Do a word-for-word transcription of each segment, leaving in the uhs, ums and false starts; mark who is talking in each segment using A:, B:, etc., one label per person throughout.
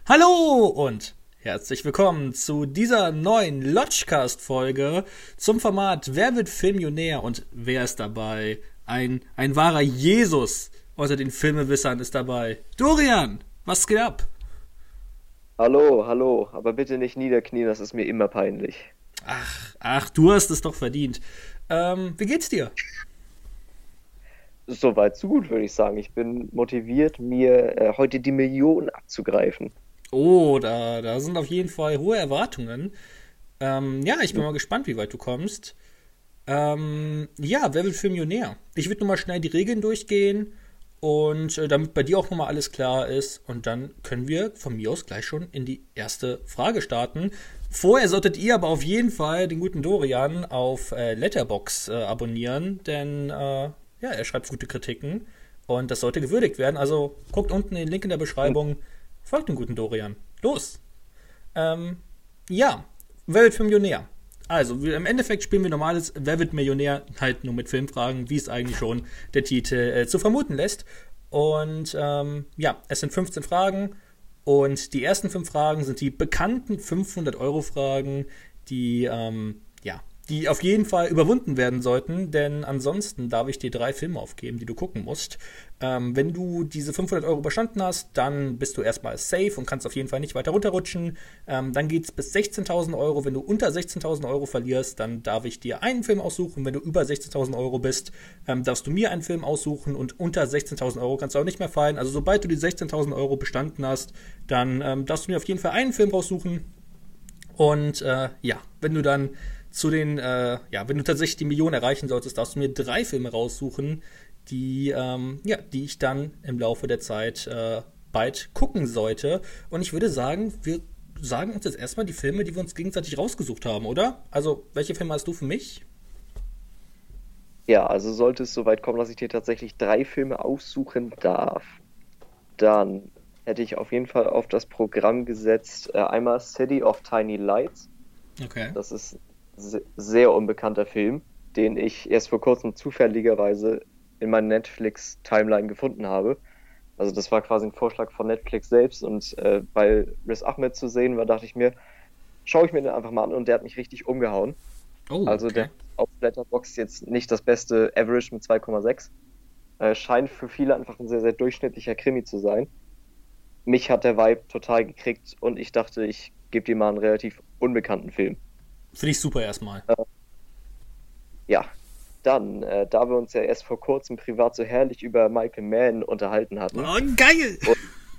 A: Hallo und herzlich willkommen zu dieser neuen Lodgecast-Folge zum Format Wer wird Filmionär und wer ist dabei? Ein, ein wahrer Jesus unter den Filmewissern ist dabei. Dorian, was geht ab?
B: Hallo, hallo, aber bitte nicht niederknien, das ist mir immer peinlich.
A: Ach, ach, du hast es doch verdient. Ähm, wie geht's dir?
B: Soweit so gut, würde ich sagen. Ich bin motiviert, mir äh, heute die Million abzugreifen.
A: Oh, da, da sind auf jeden Fall hohe Erwartungen. Ähm, ja, ich bin mal gespannt, wie weit du kommst. Ähm, ja, wer wird Filmionär? Ich würde nur mal schnell die Regeln durchgehen und äh, damit bei dir auch nochmal alles klar ist. Und dann können wir von mir aus gleich schon in die erste Frage starten. Vorher solltet ihr aber auf jeden Fall den guten Dorian auf äh, Letterboxd äh, abonnieren, denn äh, ja, er schreibt gute Kritiken und das sollte gewürdigt werden. Also guckt unten den Link in der Beschreibung, folgt dem guten Dorian. Los! Ähm, ja, wer wird Filmionär? Also, wir, im Endeffekt spielen wir normales Wer wird Millionär, halt nur mit Filmfragen, wie es eigentlich schon der Titel äh, zu vermuten lässt. Und ähm, ja, es sind fünfzehn Fragen und die ersten fünf Fragen sind die bekannten fünfhundert-Euro-Fragen, die, ähm, ja, die auf jeden Fall überwunden werden sollten, denn ansonsten darf ich dir drei Filme aufgeben, die du gucken musst. Ähm, wenn du diese fünfhundert Euro überstanden hast, dann bist du erstmal safe und kannst auf jeden Fall nicht weiter runterrutschen. Ähm, dann geht's bis sechzehntausend Euro. Wenn du unter sechzehntausend Euro verlierst, dann darf ich dir einen Film aussuchen. Wenn du über sechzehntausend Euro bist, ähm, darfst du mir einen Film aussuchen und unter sechzehntausend Euro kannst du auch nicht mehr fallen. Also sobald du die sechzehntausend Euro bestanden hast, dann ähm, darfst du mir auf jeden Fall einen Film raussuchen. Und äh, ja, wenn du dann zu den, äh, ja, wenn du tatsächlich die Million erreichen solltest, darfst du mir drei Filme raussuchen, die, ähm, ja, die ich dann im Laufe der Zeit äh, bald gucken sollte. Und ich würde sagen, wir sagen uns jetzt erstmal die Filme, die wir uns gegenseitig rausgesucht haben, oder? Also, welche Filme hast du für mich?
B: Ja, also sollte es soweit kommen, dass ich dir tatsächlich drei Filme aussuchen darf, dann hätte ich auf jeden Fall auf das Programm gesetzt, äh, einmal City of Tiny Lights.
A: Okay.
B: Das ist ein se- sehr unbekannter Film, den ich erst vor kurzem zufälligerweise in meiner Netflix-Timeline gefunden habe. Also das war quasi ein Vorschlag von Netflix selbst und äh, weil Riz Ahmed zu sehen war, dachte ich mir, schaue ich mir den einfach mal an und der hat mich richtig umgehauen.
A: Oh,
B: Also der
A: okay.
B: hat auf Letterboxd jetzt nicht das beste Average mit zwei Komma sechs. Äh, scheint für viele einfach ein sehr, sehr durchschnittlicher Krimi zu sein. Mich hat der Vibe total gekriegt und ich dachte, ich gebe dir mal einen relativ unbekannten Film.
A: Finde ich super erstmal.
B: Äh, ja, dann, äh, da wir uns ja erst vor kurzem privat so herrlich über Michael Mann unterhalten hatten
A: Oh, geil!
B: und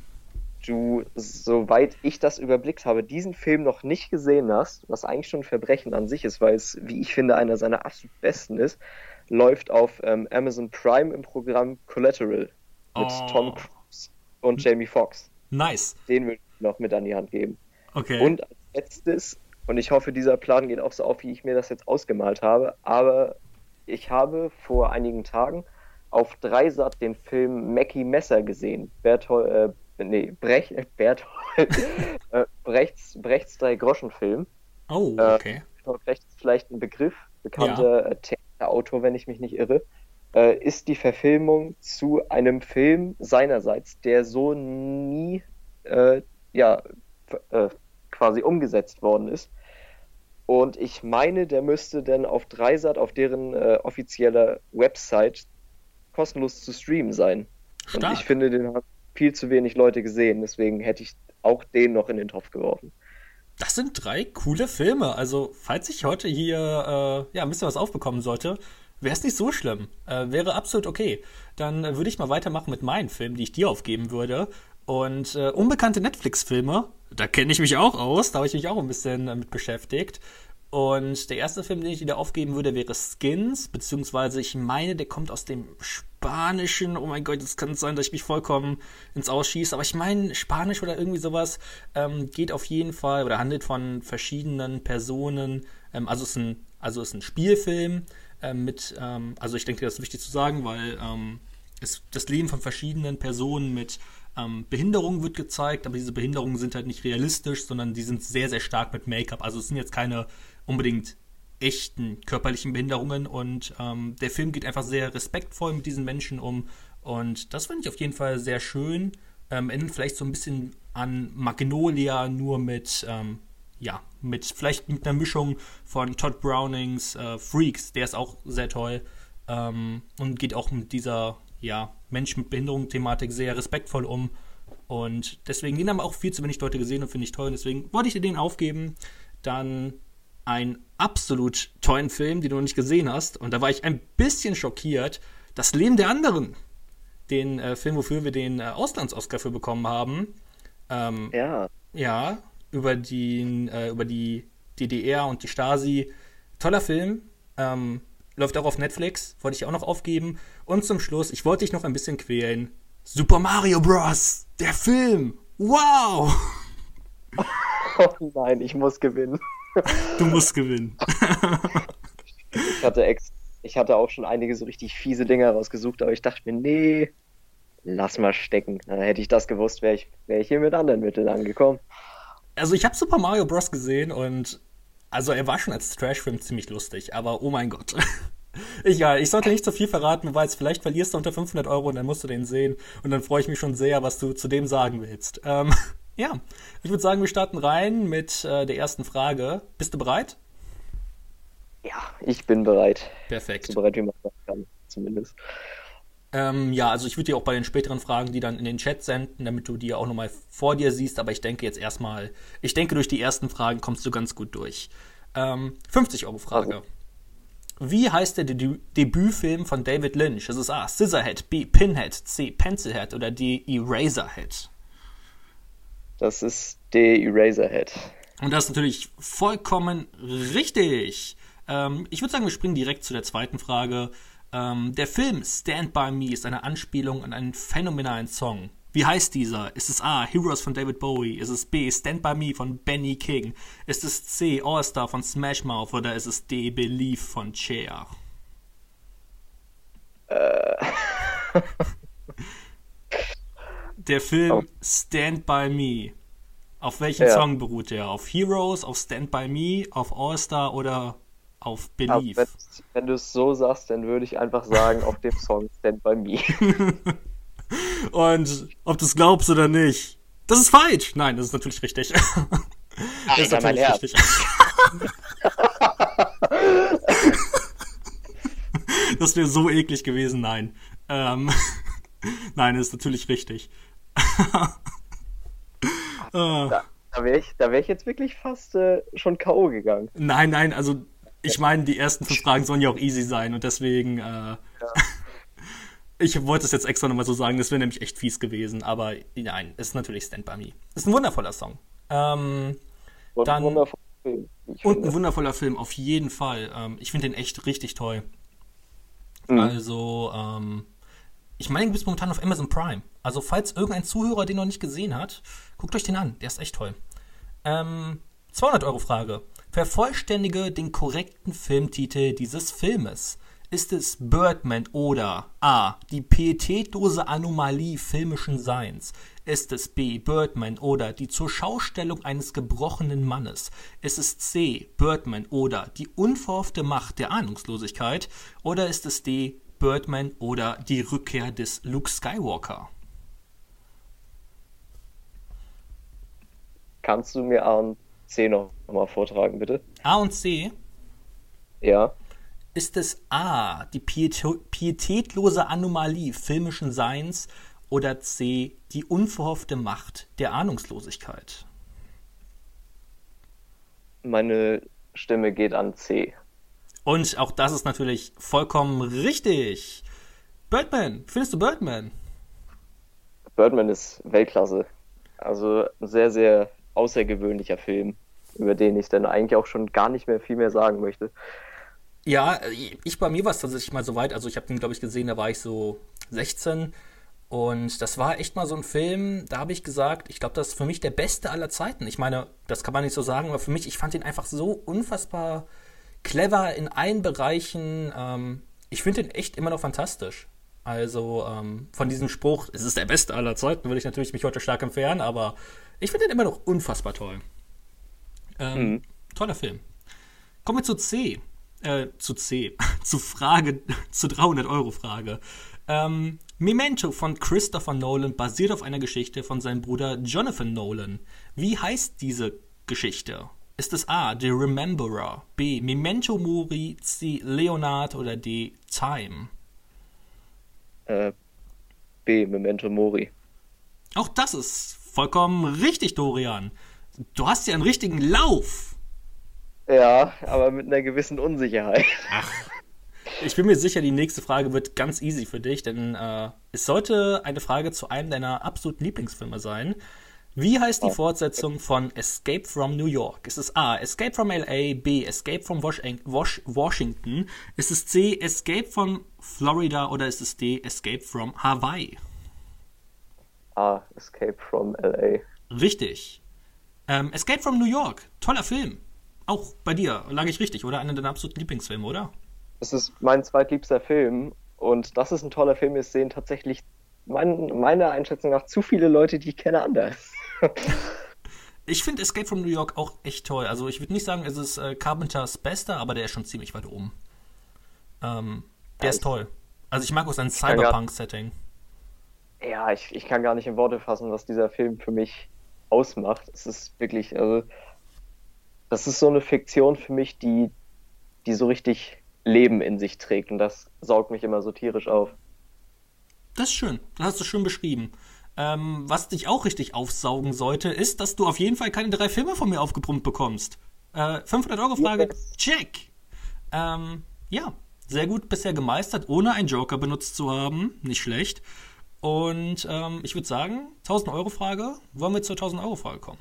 B: du, soweit ich das überblickt habe, diesen Film noch nicht gesehen hast, was eigentlich schon ein Verbrechen an sich ist, weil es, wie ich finde, einer seiner absolut besten ist, läuft auf ähm, Amazon Prime im Programm Collateral mit Tom
A: Oh,
B: Cruise und Jamie Foxx.
A: nice.
B: Den würde ich noch mit an die Hand geben.
A: Okay.
B: Und als letztes, und ich hoffe, dieser Plan geht auch so auf, wie ich mir das jetzt ausgemalt habe, aber ich habe vor einigen Tagen auf Dreisat den Film Mackie Messer gesehen. Berthold, äh, nee, Brecht, äh, Berthold, äh, Brechts, Brechts Drei-Groschen-Film.
A: Oh,
B: Äh,
A: okay.
B: Brecht ist vielleicht ein Begriff,
A: Ja.
B: bekannter äh, Theaterautor, wenn ich mich nicht irre, äh, ist die Verfilmung zu einem Film seinerseits, der so nie äh, ja, f- äh, quasi umgesetzt worden ist. Und ich meine, der müsste dann auf Dreisat, auf deren äh, offizieller Website, kostenlos zu streamen sein. Und ich
A: Stark.
B: finde, den haben viel zu wenig Leute gesehen, deswegen hätte ich auch den noch in den Topf geworfen.
A: Das sind drei coole Filme. Also, falls ich heute hier äh, ja, ein bisschen was aufbekommen sollte, wäre es nicht so schlimm. Äh, wäre absolut okay. Dann äh, würde ich mal weitermachen mit meinen Filmen, die ich dir aufgeben würde. Und äh, unbekannte Netflix-Filme, da kenne ich mich auch aus, da habe ich mich auch ein bisschen äh, mit beschäftigt. Und der erste Film, den ich dir aufgeben würde, wäre Skins, beziehungsweise ich meine, der kommt aus dem Spanischen. Oh mein Gott, es kann sein, dass ich mich vollkommen ins Ausschieße, aber ich meine, Spanisch oder irgendwie sowas ähm, geht auf jeden Fall oder handelt von verschiedenen Personen. Ähm, also es ist ein, also es ist ein Spielfilm ähm, mit, ähm, also ich denke, das ist wichtig zu sagen, weil ähm, es, das Leben von verschiedenen Personen mit ähm, Behinderungen wird gezeigt, aber diese Behinderungen sind halt nicht realistisch, sondern die sind sehr, sehr stark mit Make-up. Also es sind jetzt keine unbedingt echten körperlichen Behinderungen und ähm, der Film geht einfach sehr respektvoll mit diesen Menschen um und das finde ich auf jeden Fall sehr schön. Ähm, erinnert vielleicht so ein bisschen an Magnolia, nur mit, ähm, ja, mit vielleicht mit einer Mischung von Todd Brownings äh, Freaks, der ist auch sehr toll ähm, und geht auch mit dieser, ja, Mensch mit Behinderung-Thematik sehr respektvoll um. Und deswegen, den haben auch viel zu wenig Leute gesehen und finde ich toll. Und deswegen wollte ich dir den aufgeben. Dann einen absolut tollen Film, den du noch nicht gesehen hast. Und da war ich ein bisschen schockiert. Das Leben der anderen. Den äh, Film, wofür wir den äh, Auslands-Oscar für bekommen haben. Ähm,
B: Ja.
A: Ja, über, die, äh, über die D D R und die Stasi. Toller Film. Ähm, läuft auch auf Netflix. Wollte ich auch noch aufgeben. Und zum Schluss, ich wollte dich noch ein bisschen quälen. Super Mario Bros. Der Film. Wow.
B: Oh nein, ich muss gewinnen.
A: Du musst gewinnen.
B: Ich hatte, ex ich hatte auch schon einige so richtig fiese Dinger rausgesucht, aber ich dachte mir, nee, lass mal stecken. Dann hätte ich das gewusst, wäre ich, wär ich hier mit anderen Mitteln angekommen.
A: Also ich habe Super Mario Bros. Gesehen und also er war schon als Trashfilm ziemlich lustig, aber oh mein Gott. Egal, ich sollte nicht zu viel verraten, weil vielleicht verlierst du unter fünfhundert Euro und dann musst du den sehen und dann freue ich mich schon sehr, was du zu dem sagen willst. Ähm, ja, ich würde sagen, wir starten rein mit äh, der ersten Frage. Bist du bereit?
B: Ja, ich bin bereit.
A: Perfekt.
B: So bereit, wie man das kann, zumindest.
A: Ähm, ja, also ich würde dir auch bei den späteren Fragen die dann in den Chat senden, damit du die auch nochmal vor dir siehst, aber ich denke jetzt erstmal, ich denke durch die ersten Fragen kommst du ganz gut durch. Ähm, fünfzig Euro Frage.
B: Also.
A: Wie heißt der De- Debütfilm von David Lynch? Es ist A. Scissorhead, B. Pinhead, C. Pencilhead oder D. Eraserhead.
B: Das ist The Eraserhead.
A: Und das ist natürlich vollkommen richtig. Ähm, ich würde sagen, wir springen direkt zu der zweiten Frage. Ähm, der Film Stand By Me ist eine Anspielung an einen phänomenalen Song. Wie heißt dieser? Ist es A. Heroes von David Bowie? Ist es B. Stand By Me von Benny King? Ist es C. All Star von Smash Mouth? Oder ist es D. Believe von Cher?
B: Äh.
A: Der Film
B: Oh.
A: Stand By Me. Auf welchen
B: Ja.
A: Song beruht der? Auf Heroes, auf Stand By Me, auf All Star oder auf
B: Aber
A: Believe?
B: wenn, wenn du es so sagst, dann würde ich einfach sagen, auf dem Song Stand By Me.
A: Und ob du es glaubst oder nicht, das ist falsch. Nein, das ist natürlich richtig. Das ist
B: Alter, mein
A: natürlich
B: Herz.
A: richtig. Das wäre so eklig gewesen, nein. Ähm, nein, das ist natürlich richtig.
B: Da, da wäre ich, da wär ich jetzt wirklich fast äh, schon K O gegangen.
A: Nein, nein, also ich meine, die ersten fünf Fragen sollen ja auch easy sein und deswegen, äh,
B: Ja.
A: ich wollte es jetzt extra nochmal so sagen, das wäre nämlich echt fies gewesen, aber nein, ist natürlich Stand By Me. Ist ein wundervoller Song. Ähm,
B: Und
A: Dann-
B: ein wundervoller Film, wie ich
A: und
B: finde.
A: ein wundervoller Film, auf jeden Fall. Ähm, ich finde den echt richtig toll.
B: Mhm.
A: Also, ähm, ich meine, du bist momentan auf Amazon Prime. Also, falls irgendein Zuhörer den noch nicht gesehen hat, guckt euch den an. Der ist echt toll. Ähm, zweihundert Euro Frage. Vervollständige den korrekten Filmtitel dieses Filmes. Ist es Birdman oder A. Die pietätlose Anomalie filmischen Seins? Ist es B. Birdman oder die Zurschaustellung eines gebrochenen Mannes? Ist es C. Birdman oder die unverhoffte Macht der Ahnungslosigkeit? Oder ist es D. Birdman oder die Rückkehr des Luke Skywalker?
B: Kannst du mir A und C noch mal vortragen, bitte?
A: A und C.
B: Ja.
A: Ist es A. Die pietä- pietätlose Anomalie filmischen Seins? Oder C. Die unverhoffte Macht der Ahnungslosigkeit?
B: Meine Stimme geht an C.
A: Und auch das ist natürlich vollkommen richtig. Birdman, findest du Birdman?
B: Birdman ist Weltklasse. Also ein sehr, sehr außergewöhnlicher Film, über den ich dann eigentlich auch schon gar nicht mehr viel mehr sagen möchte.
A: Ja, ich bei mir war es tatsächlich mal so weit. Also ich habe den, glaube ich, gesehen, da war ich so sechzehn. Und das war echt mal so ein Film, da habe ich gesagt, ich glaube, das ist für mich der beste aller Zeiten. Ich meine, das kann man nicht so sagen, aber für mich, ich fand ihn einfach so unfassbar clever in allen Bereichen. Ähm, ich finde ihn echt immer noch fantastisch. Also ähm, von diesem Spruch, es ist der beste aller Zeiten, würde ich natürlich mich heute stark entfernen, aber ich finde ihn immer noch unfassbar toll. Ähm,
B: Mhm.
A: Toller Film. Kommen wir zu C. Äh, zu C. zu Frage, zur dreihundert Euro Frage. Ähm, Memento von Christopher Nolan basiert auf einer Geschichte von seinem Bruder Jonathan Nolan. Wie heißt diese Geschichte? Ist es A, The Rememberer, B, Memento Mori, C, Leonard oder D, Time?
B: Äh, B, Memento Mori.
A: Auch das ist vollkommen richtig, Dorian. Du hast ja einen richtigen Lauf.
B: Ja, aber mit einer gewissen Unsicherheit.
A: Ach, ich bin mir sicher, die nächste Frage wird ganz easy für dich, denn äh, es sollte eine Frage zu einem deiner absoluten Lieblingsfilme sein. Wie heißt die
B: Oh.
A: Fortsetzung von Escape from New York? Ist es A, Escape from L A, B, Escape from Wash Wash Washington, ist es C, Escape from Florida oder ist es D, Escape from Hawaii?
B: Ah, Escape from L A.
A: Richtig. Ähm, Escape from New York, toller Film. Auch bei dir, lag ich richtig, oder? Einer deiner absoluten Lieblingsfilme, oder?
B: Es ist mein zweitliebster Film und das ist ein toller Film. Es sehen tatsächlich mein, meiner Einschätzung nach zu viele Leute, die ich kenne, anders.
A: Ich finde Escape from New York auch echt toll. Also ich würde nicht sagen, es ist äh, Carpenters bester, aber der ist schon ziemlich weit oben. Ähm, der
B: Ja,
A: ist
B: ich-
A: toll. Also ich mag auch sein
B: kann grad-
A: Cyberpunk-Setting.
B: Ja, ich, ich kann gar nicht in Worte fassen, was dieser Film für mich ausmacht. Es ist wirklich, also, das ist so eine Fiktion für mich, die, die so richtig Leben in sich trägt und das saugt mich immer so tierisch auf.
A: Das ist schön. Das hast du schön beschrieben. Ähm, was dich auch richtig aufsaugen sollte, ist, dass du auf jeden Fall keine drei Filme von mir aufgebrummt bekommst. Äh, fünfhundert-Euro-Frage,
B: Yes.
A: check. Ähm, ja, sehr gut bisher gemeistert, ohne einen Joker benutzt zu haben. Nicht schlecht. Und ähm, ich würde sagen, tausend-Euro-Frage. Wollen wir zur tausend-Euro-Frage kommen?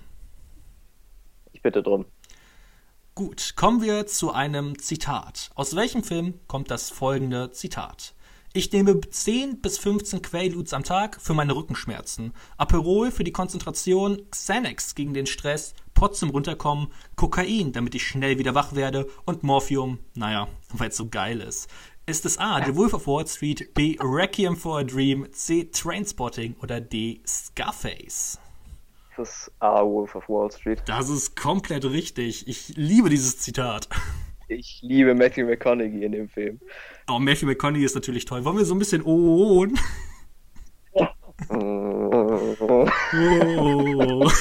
B: Ich bitte drum.
A: Gut, kommen wir zu einem Zitat. Aus welchem Film kommt das folgende Zitat? Ich nehme zehn bis fünfzehn Quaaludes am Tag für meine Rückenschmerzen, Aperol für die Konzentration, Xanax gegen den Stress, Pot zum Runterkommen, Kokain, damit ich schnell wieder wach werde und Morphium, naja, weil es so geil ist. Ist es A, The Wolf of Wall Street, B, Requiem for a Dream, C, Trainspotting oder D, Scarface?
B: Das ist A, Wolf of Wall Street.
A: Das ist komplett richtig. Ich liebe dieses Zitat.
B: Ich liebe Matthew McConaughey in dem Film.
A: Oh, Matthew McConaughey ist natürlich toll. Wollen wir so ein bisschen oh, oh.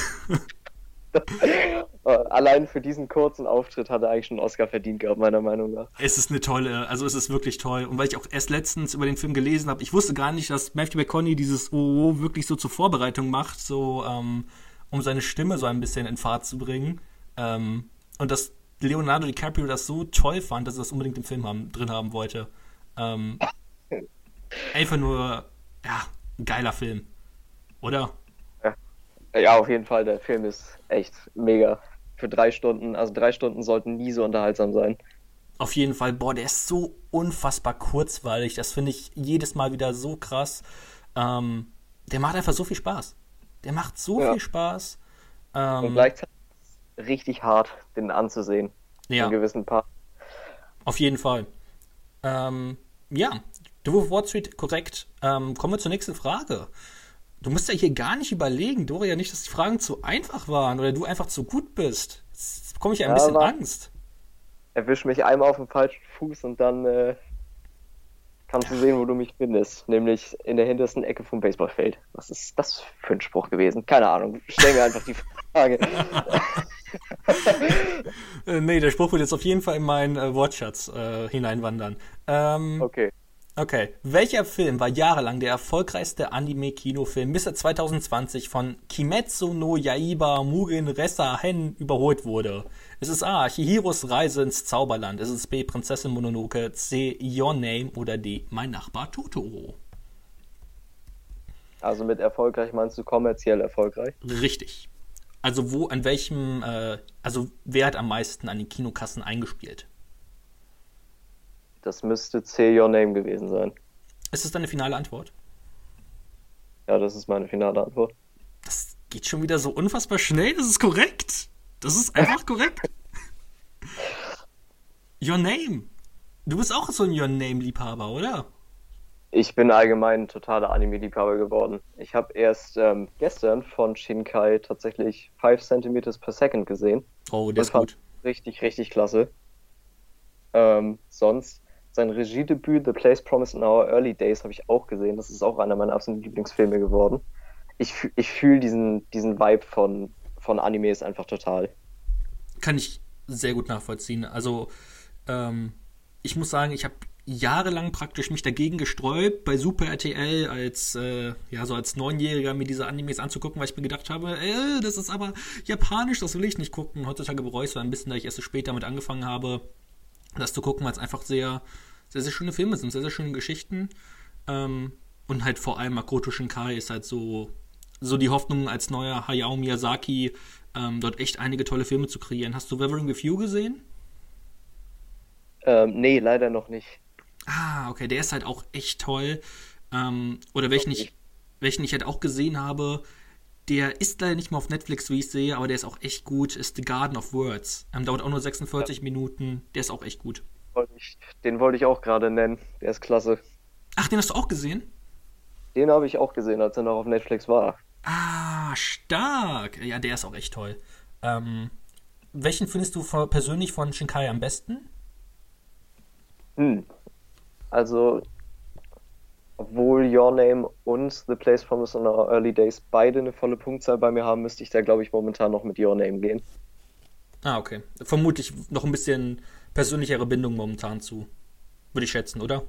B: Allein für diesen kurzen Auftritt hat er eigentlich schon einen Oscar verdient gehabt, meiner Meinung nach.
A: Es ist eine tolle, also es ist wirklich toll. Und weil ich auch erst letztens über den Film gelesen habe, ich wusste gar nicht, dass Matthew McConaughey dieses oh wirklich so zur Vorbereitung macht, so ähm, um seine Stimme so ein bisschen in Fahrt zu bringen. Ähm, und dass Leonardo DiCaprio das so toll fand, dass er das unbedingt im Film haben, drin haben wollte. Ähm, einfach nur, ja, ein geiler Film. Oder?
B: Ja, auf jeden Fall, der Film ist echt mega. Für drei Stunden, also drei Stunden sollten nie so unterhaltsam sein.
A: Auf jeden Fall, boah, der ist so unfassbar kurzweilig. Das finde ich jedes Mal wieder so krass. Ähm, der macht einfach so viel Spaß. Der macht so
B: Ja.
A: viel Spaß.
B: Und
A: Ähm,
B: gleichzeitig ist es richtig hart, den anzusehen.
A: ja,
B: In gewissen Part.
A: auf jeden Fall. Ähm, ja, The Wolf of Wall Street, korrekt. Ähm, kommen wir zur nächsten Frage. Du musst ja hier gar nicht überlegen, Doria, nicht, dass die Fragen zu einfach waren oder du einfach zu gut bist. Jetzt bekomme ich ja ein
B: Ja,
A: bisschen
B: aber-
A: Angst.
B: Erwisch mich einmal auf dem falschen Fuß und dann äh, kannst du sehen, wo du mich findest. Nämlich in der hintersten Ecke vom Baseballfeld. Was ist das für ein Spruch gewesen? Keine Ahnung. Stell mir einfach die Frage.
A: Äh, nee, der Spruch wird jetzt auf jeden Fall in meinen äh, Wortschatz äh, hineinwandern. Ähm,
B: Okay.
A: Okay. Welcher Film war jahrelang der erfolgreichste Anime-Kinofilm, bis er zwanzig zwanzig von Kimetsu no Yaiba Mugen Ressa Hen überholt wurde? Ist es A, Chihiros Reise ins Zauberland? Ist es B, Prinzessin Mononoke? C, Your Name? Oder D, Mein Nachbar Totoro?
B: Also mit erfolgreich meinst du kommerziell erfolgreich?
A: Richtig. Also wo, an welchem, äh, also wer hat am meisten an den Kinokassen eingespielt?
B: Das müsste C, Your Name gewesen sein.
A: Ist es deine finale Antwort?
B: Ja, das ist meine finale Antwort.
A: Das geht schon wieder so unfassbar schnell, das ist korrekt. Das ist einfach korrekt. Your Name. Du bist auch so ein Your Name-Liebhaber, oder?
B: Ich bin allgemein ein totaler Anime-Liebhaber geworden. Ich habe erst ähm, gestern von Shinkai tatsächlich fünf Zentimeter per Second gesehen.
A: Oh, der
B: Und
A: ist
B: fand
A: gut.
B: Richtig, richtig klasse. Ähm, sonst sein Regiedebüt The Place Promised in Our Early Days habe ich auch gesehen. Das ist auch einer meiner absoluten Lieblingsfilme geworden. Ich, füh- ich fühle diesen, diesen Vibe von, von Animes einfach total.
A: Kann ich sehr gut nachvollziehen. Also, ähm, ich muss sagen, ich habe jahrelang praktisch mich dagegen gesträubt, bei Super R T L als, äh, ja, so als Neunjähriger mir diese Animes anzugucken, weil ich mir gedacht habe, äh, das ist aber japanisch, das will ich nicht gucken. Heutzutage bereue ich es ein bisschen, da ich erst so spät damit angefangen habe, das zu gucken, weil es einfach sehr, sehr, sehr schöne Filme sind, sehr, sehr schöne Geschichten. Ähm, und halt vor allem Makoto Shinkai ist halt so, so die Hoffnung als neuer Hayao Miyazaki, ähm, dort echt einige tolle Filme zu kreieren. Hast du Weathering with You gesehen?
B: Ähm, nee, leider noch nicht.
A: Ah, okay, der ist halt auch echt toll. Ähm, oder welchen
B: Noch
A: ich,
B: nicht.
A: welchen ich halt auch gesehen habe, der ist leider nicht mehr auf Netflix, wie ich sehe, aber der ist auch echt gut, ist The Garden of Words. Ähm, dauert auch nur
B: Ja,
A: sechsundvierzig Minuten, der ist auch echt gut.
B: wollte ich, den wollte ich auch gerade nennen. Der ist klasse.
A: Ach, den hast du auch gesehen?
B: Den habe ich auch gesehen, als er noch auf Netflix war.
A: Ah, stark. Ja, der ist auch echt toll. Ähm, welchen findest du von, persönlich von Shinkai am besten?
B: Hm. Also, obwohl Your Name und The Place Promised in Our Early Days beide eine volle Punktzahl bei mir haben, müsste ich da, glaube ich, momentan noch mit Your Name gehen.
A: Ah, okay. Vermutlich noch ein bisschen persönlichere Bindung momentan zu. Würde ich schätzen, oder?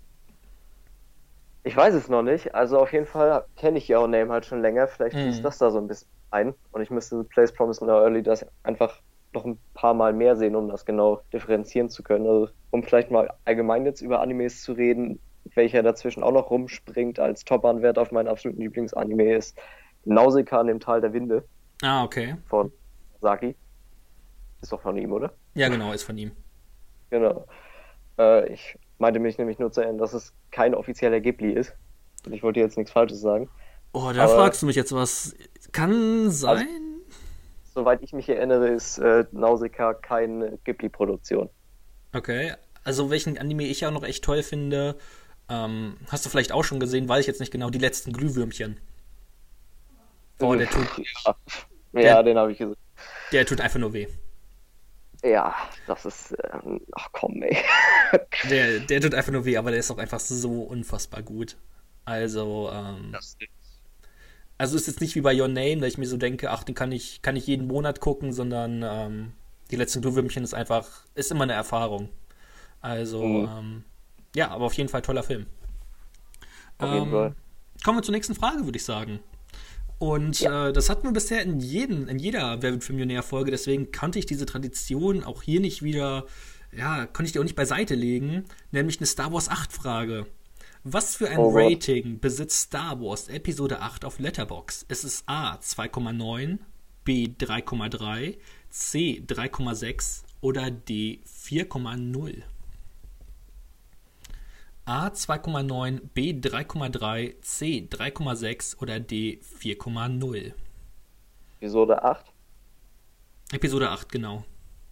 B: Ich weiß es noch nicht. Also auf jeden Fall kenne ich Your Name halt schon länger. Vielleicht fließt
A: Mhm.
B: das da so ein bisschen ein. Und ich müsste The Place Promised in Our Early Days einfach noch ein paar Mal mehr sehen, um das genau differenzieren zu können. Also, um vielleicht mal allgemein jetzt über Animes zu reden, welcher dazwischen auch noch rumspringt als Top-Anwärter auf meinen absoluten Lieblingsanime ist Nausicaa an dem Tal der Winde
A: Ah, okay.
B: von Saki. Ist doch von ihm, oder?
A: Ja, genau, ist von ihm.
B: Genau. Äh, ich meinte mich nämlich nur zu erinnern, dass es kein offizieller Ghibli ist. Und ich wollte jetzt nichts Falsches sagen.
A: Oh, da
B: Aber
A: fragst du mich jetzt was. Kann
B: also,
A: sein?
B: soweit ich mich erinnere, ist äh, Nausicaa keine Ghibli-Produktion.
A: Okay. Also, welchen Anime ich auch noch echt toll finde, ähm, hast du vielleicht auch schon gesehen, weiß ich jetzt nicht genau, die letzten Glühwürmchen. Oh, der tut,
B: Ja, ja,
A: der,
B: den habe ich gesehen.
A: der tut einfach nur weh.
B: Ja, das ist. Ähm, ach komm, ey.
A: Der, der tut einfach nur weh, aber der ist auch einfach so unfassbar gut. Also, ähm,
B: Das
A: also ist jetzt nicht wie bei Your Name, da ich mir so denke, ach, den kann ich, kann ich jeden Monat gucken, sondern ähm, die letzten Glühwürmchen ist einfach, ist immer eine Erfahrung. Also,
B: mhm,
A: ähm, ja, aber auf jeden Fall toller Film.
B: auf jeden
A: Ähm,
B: Fall.
A: kommen wir zur nächsten Frage, würde ich sagen. Und
B: Ja,
A: äh, das hatten wir bisher in jedem, in jeder Wer wird Millionär-Folge, deswegen kannte ich diese Tradition auch hier nicht wieder, ja, konnte ich die auch nicht beiseite legen, nämlich eine Star Wars acht Frage. Was für ein
B: oh Gott.
A: Rating besitzt Star Wars Episode acht auf Letterboxd? Ist es A zwei Komma neun, B drei Komma drei, C drei Komma sechs oder D vier Komma null? A zwei Komma neun, B drei Komma drei, C drei Komma sechs oder D vier Komma null?
B: Episode acht.
A: Episode acht, genau.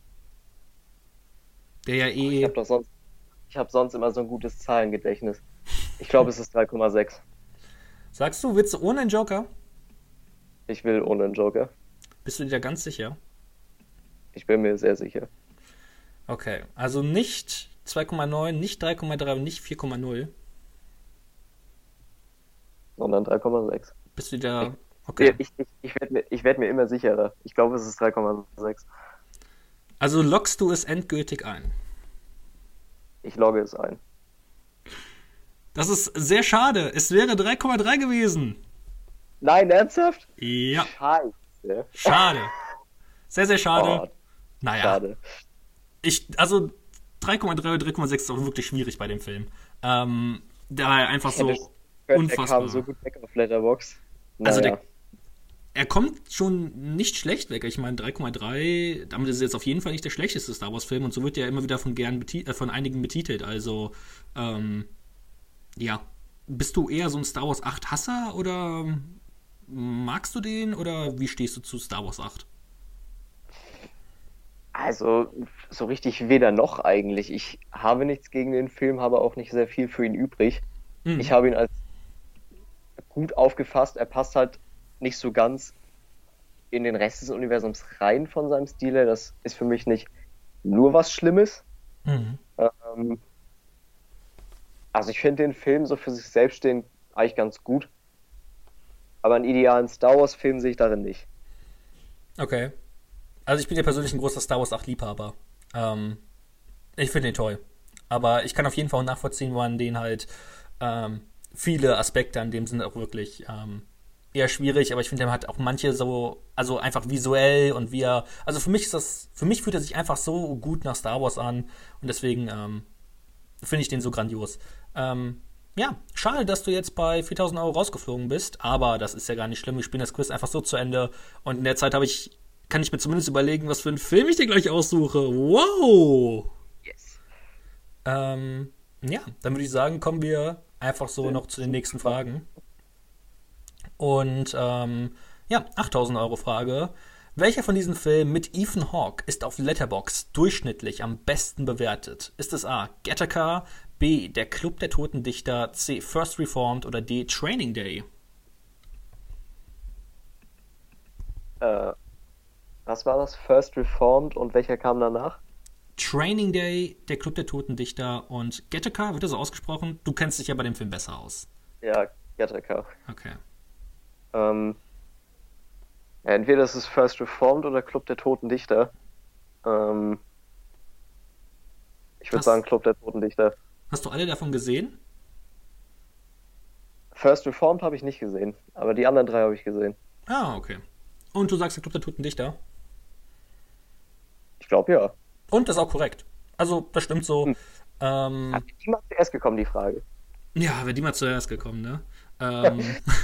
A: Der ja
B: Oh, ich
A: eh.
B: habe doch sonst, ich habe sonst immer so ein gutes Zahlengedächtnis. Ich glaube, es ist drei Komma sechs.
A: Sagst du, Witze ohne einen Joker?
B: Ich will ohne einen Joker.
A: Bist du dir da ganz sicher?
B: Ich bin mir sehr sicher.
A: Okay, also nicht zwei Komma neun, nicht drei Komma drei und nicht vier Komma null.
B: Sondern drei Komma sechs.
A: Bist du
B: Ich,
A: dir. Okay.
B: ich, ich, ich werde mir, ich werd mir immer sicherer. Ich glaube, es ist drei Komma sechs.
A: Also lockst du es endgültig ein.
B: Ich logge es ein.
A: Das ist sehr schade. Es wäre drei Komma drei gewesen.
B: Nein, ernsthaft?
A: Ja,
B: Scheiße.
A: schade. Sehr, sehr
B: Oh,
A: schade. Naja,
B: schade.
A: ich, also drei Komma drei oder drei Komma sechs ist auch wirklich schwierig bei dem Film. Ähm, da er einfach
B: Ich hätte
A: so
B: gehört, er kam so
A: unfassbar.
B: gut weg auf Letterboxd.
A: Also der,
B: Naja.
A: er kommt schon nicht schlecht weg. Ich meine, drei Komma drei, damit ist es jetzt auf jeden Fall nicht der schlechteste Star Wars-Film und so wird er immer wieder von gern beti- äh, von einigen betitelt. Also, ähm, ja. Bist du eher so ein Star Wars acht Hasser oder magst du den oder wie stehst du zu Star Wars acht?
B: Also, so richtig weder noch eigentlich. Ich habe nichts gegen den Film, habe auch nicht sehr viel für ihn übrig. Ich
A: Mhm.
B: habe ihn als gut aufgefasst. Er passt halt nicht so ganz in den Rest des Universums rein von seinem Stil her. Das ist für mich nicht nur was Schlimmes.
A: Mhm.
B: Ähm, Also ich finde den Film so für sich selbst stehen eigentlich ganz gut, aber einen idealen Star Wars-Film sehe ich darin nicht.
A: Okay. Also ich bin ja persönlich ein großer Star Wars acht Liebhaber. Ähm, ich finde den toll. Aber ich kann auf jeden Fall auch nachvollziehen, wann den halt ähm, viele Aspekte an dem sind auch wirklich ähm, eher schwierig, aber ich finde, er hat auch manche so, also einfach visuell und wie er, also für mich ist das, für mich fühlt er sich einfach so gut nach Star Wars an und deswegen ähm, finde ich den so grandios. Ähm, ja, schade, dass du jetzt bei viertausend Euro rausgeflogen bist, aber das ist ja gar nicht schlimm. Wir spielen das Quiz einfach so zu Ende und in der Zeit habe ich, kann ich mir zumindest überlegen, was für einen Film ich dir gleich aussuche. Wow!
B: Yes.
A: Ähm, ja, dann würde ich sagen, kommen wir einfach so noch zu den nächsten Fragen. Und ähm, ja, achttausend Euro Frage. Welcher von diesen Filmen mit Ethan Hawke ist auf Letterboxd durchschnittlich am besten bewertet? Ist es A. Gattaca, B. Der Club der Toten Dichter, C. First Reformed oder D. Training Day?
B: Äh, was war das? First Reformed und welcher kam danach?
A: Training Day, Der Club der Toten Dichter und Gattaca, wird das so ausgesprochen? Du kennst dich ja bei dem Film besser aus.
B: Ja, Gattaca.
A: Okay.
B: Ähm, ja, entweder ist es First Reformed oder Club der Toten Dichter. Ähm, ich würde
A: Hast,
B: sagen Club der Toten Dichter.
A: hast du alle davon gesehen?
B: First Reformed habe ich nicht gesehen, aber die anderen drei habe ich gesehen.
A: Ah, okay. Und du sagst Der Club der Toten Dichter?
B: Ich glaube ja.
A: Und das ist auch korrekt. Also, das stimmt so.
B: Hm.
A: Ähm,
B: Hat die mal zuerst gekommen, die Frage?
A: ja, wäre die mal zuerst gekommen, ne? Ähm,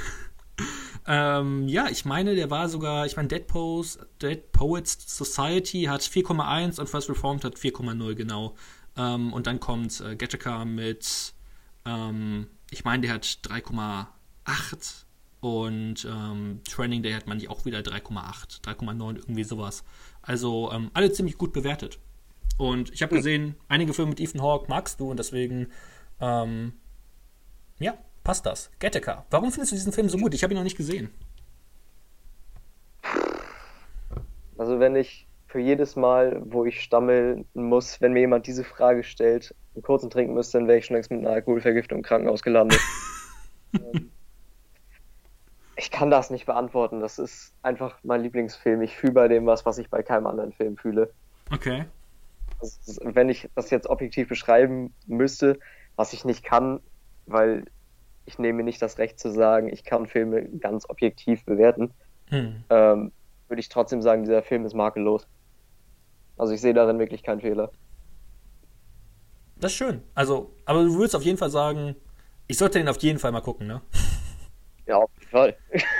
A: ähm, ja, ich meine, der war sogar, ich meine, Dead, Poets, Dead Poets Society hat vier Komma eins und First Reformed hat vier Komma null, genau. Ähm, und dann kommt äh, Gattaca mit, ähm, ich meine, der hat drei Komma acht und ähm, Training Day hat man die auch wieder drei Komma acht, drei Komma neun, irgendwie sowas. Also ähm, alle ziemlich gut bewertet. Und ich habe gesehen, einige Filme mit Ethan Hawke magst du und deswegen, ähm, ja, passt das. Gattaca. Warum findest du diesen Film so gut? Ich habe ihn noch nicht gesehen.
B: Also wenn ich für jedes Mal, wo ich stammeln muss, wenn mir jemand diese Frage stellt, einen kurzen trinken müsste, dann wäre ich schon längst mit einer Alkoholvergiftung im Krankenhaus gelandet. ähm, ich kann das nicht beantworten. Das ist einfach mein Lieblingsfilm. Ich fühle bei dem was, was ich bei keinem anderen Film fühle.
A: Okay.
B: Also, wenn ich das jetzt objektiv beschreiben müsste, was ich nicht kann, weil ich nehme mir nicht das Recht zu sagen, ich kann Filme ganz objektiv bewerten,
A: Hm.
B: ähm, würde ich trotzdem sagen, dieser Film ist makellos. Also ich sehe darin wirklich keinen Fehler.
A: Das ist schön. Also, aber du würdest auf jeden Fall sagen, ich sollte den auf jeden Fall mal gucken, ne?
B: Ja, auf jeden Fall.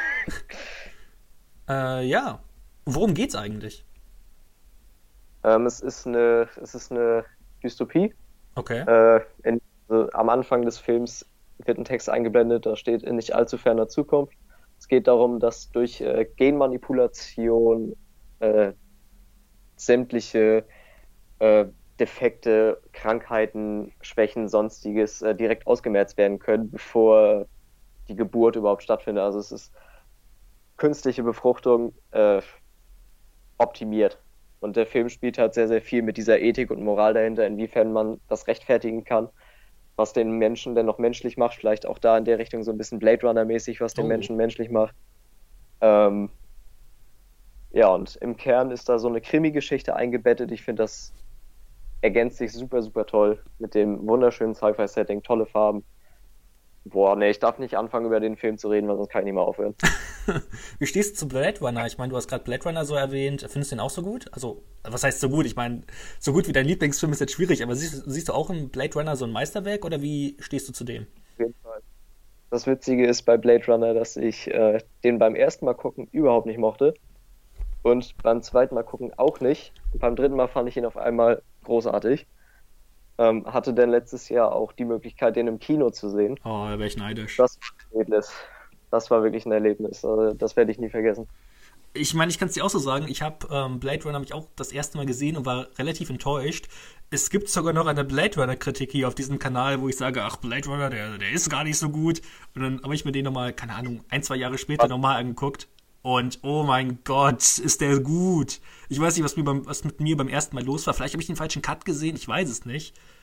A: Äh, ja. Worum geht's eigentlich?
B: ähm, es ist eine, es ist eine Dystopie.
A: Okay.
B: Äh, in, also am Anfang des Films wird ein Text eingeblendet, da steht in nicht allzu ferner Zukunft. Es geht darum, dass durch äh, Genmanipulation äh, sämtliche äh, Defekte, Krankheiten, Schwächen, sonstiges äh, direkt ausgemerzt werden können, bevor die Geburt überhaupt stattfindet. Also es ist künstliche Befruchtung äh, optimiert. Und der Film spielt halt sehr, sehr viel mit dieser Ethik und Moral dahinter, inwiefern man das rechtfertigen kann, was den Menschen denn noch menschlich macht. Vielleicht auch da in der Richtung so ein bisschen Blade Runner-mäßig, was den
A: Oh.
B: Menschen menschlich macht. Ähm, ja, und im Kern ist da so eine Krimi-Geschichte eingebettet. Ich finde, das ergänzt sich super, super toll mit dem wunderschönen Sci-Fi-Setting, tolle Farben. Boah, nee, ich darf nicht anfangen, über den Film zu reden, weil sonst kann ich nicht mehr aufhören.
A: Wie stehst du zu Blade Runner? Ich meine, du hast gerade Blade Runner so erwähnt. Findest du den auch so gut? Also, was heißt so gut? Ich meine, so gut wie dein Lieblingsfilm ist jetzt schwierig, aber siehst, siehst du auch in Blade Runner so ein Meisterwerk oder wie stehst du zu dem?
B: Auf jeden Fall. Das Witzige ist bei Blade Runner, dass ich äh, den beim ersten Mal gucken überhaupt nicht mochte und beim zweiten Mal gucken auch nicht. Und beim dritten Mal fand ich ihn auf einmal großartig. Ähm, hatte dann letztes Jahr auch die Möglichkeit, den im Kino zu sehen.
A: Oh, da wäre ich neidisch.
B: Das war ein Erlebnis. Das war wirklich ein Erlebnis. Also, das werde ich nie vergessen.
A: Ich meine, ich kann es dir auch so sagen, ich habe ähm, Blade Runner mich auch das erste Mal gesehen und war relativ enttäuscht. Es gibt sogar noch eine Blade Runner-Kritik hier auf diesem Kanal, wo ich sage, ach, Blade Runner, der, der ist gar nicht so gut. Und dann habe ich mir den nochmal, keine Ahnung, ein, zwei Jahre später nochmal angeguckt. Und oh mein Gott, ist der gut. Ich weiß nicht, was, mir beim, was mit mir beim ersten Mal los war. Vielleicht habe ich den falschen Cut gesehen, ich weiß es nicht.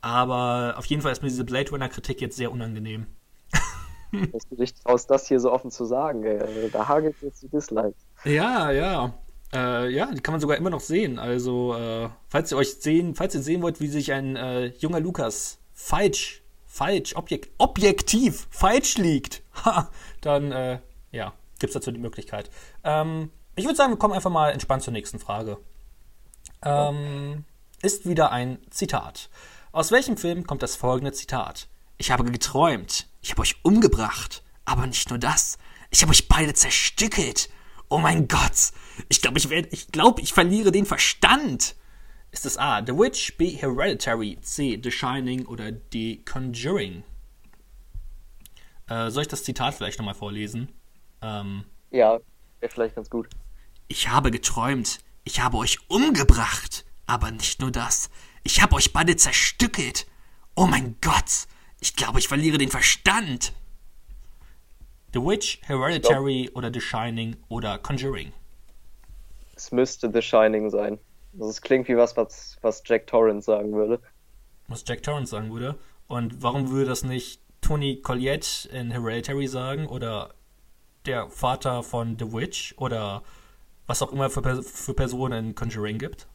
A: Aber auf jeden Fall ist mir diese Blade Runner-Kritik jetzt sehr unangenehm.
B: Dass du dich traust, das hier so offen zu sagen, ey. Also, da hagelt jetzt die Dislikes.
A: Ja, ja. Äh, ja, die kann man sogar immer noch sehen. Also, äh, falls ihr euch sehen, falls ihr sehen wollt, wie sich ein äh, junger Lukas falsch, falsch, objek objektiv falsch liegt, ha, dann, äh, ja, gibt's dazu die Möglichkeit. Ähm, ich würde sagen, wir kommen einfach mal entspannt zur nächsten Frage. Ähm, ist wieder ein Zitat. Aus welchem Film kommt das folgende Zitat? Ich habe geträumt, ich habe euch umgebracht, aber nicht nur das, ich habe euch beide zerstückelt. Oh mein Gott, ich glaube, ich werde, ich glaube, ich verliere den Verstand. Ist es A, The Witch, B, Hereditary, C, The Shining oder D, Conjuring? Äh, soll ich das Zitat vielleicht nochmal vorlesen? Ähm,
B: Ja, wäre vielleicht ganz gut.
A: Ich habe geträumt, ich habe euch umgebracht, aber nicht nur das, ich habe euch beide zerstückelt. Oh mein Gott, ich glaube, ich verliere den Verstand. The Witch, Hereditary oder The Shining oder Conjuring?
B: Es müsste The Shining sein. Also es klingt wie was, was, was Jack Torrance sagen würde.
A: Was Jack Torrance sagen würde. Und warum würde das nicht Tony Collette in Hereditary sagen oder der Vater von The Witch oder was auch immer für, Per- für Personen in Conjuring gibt?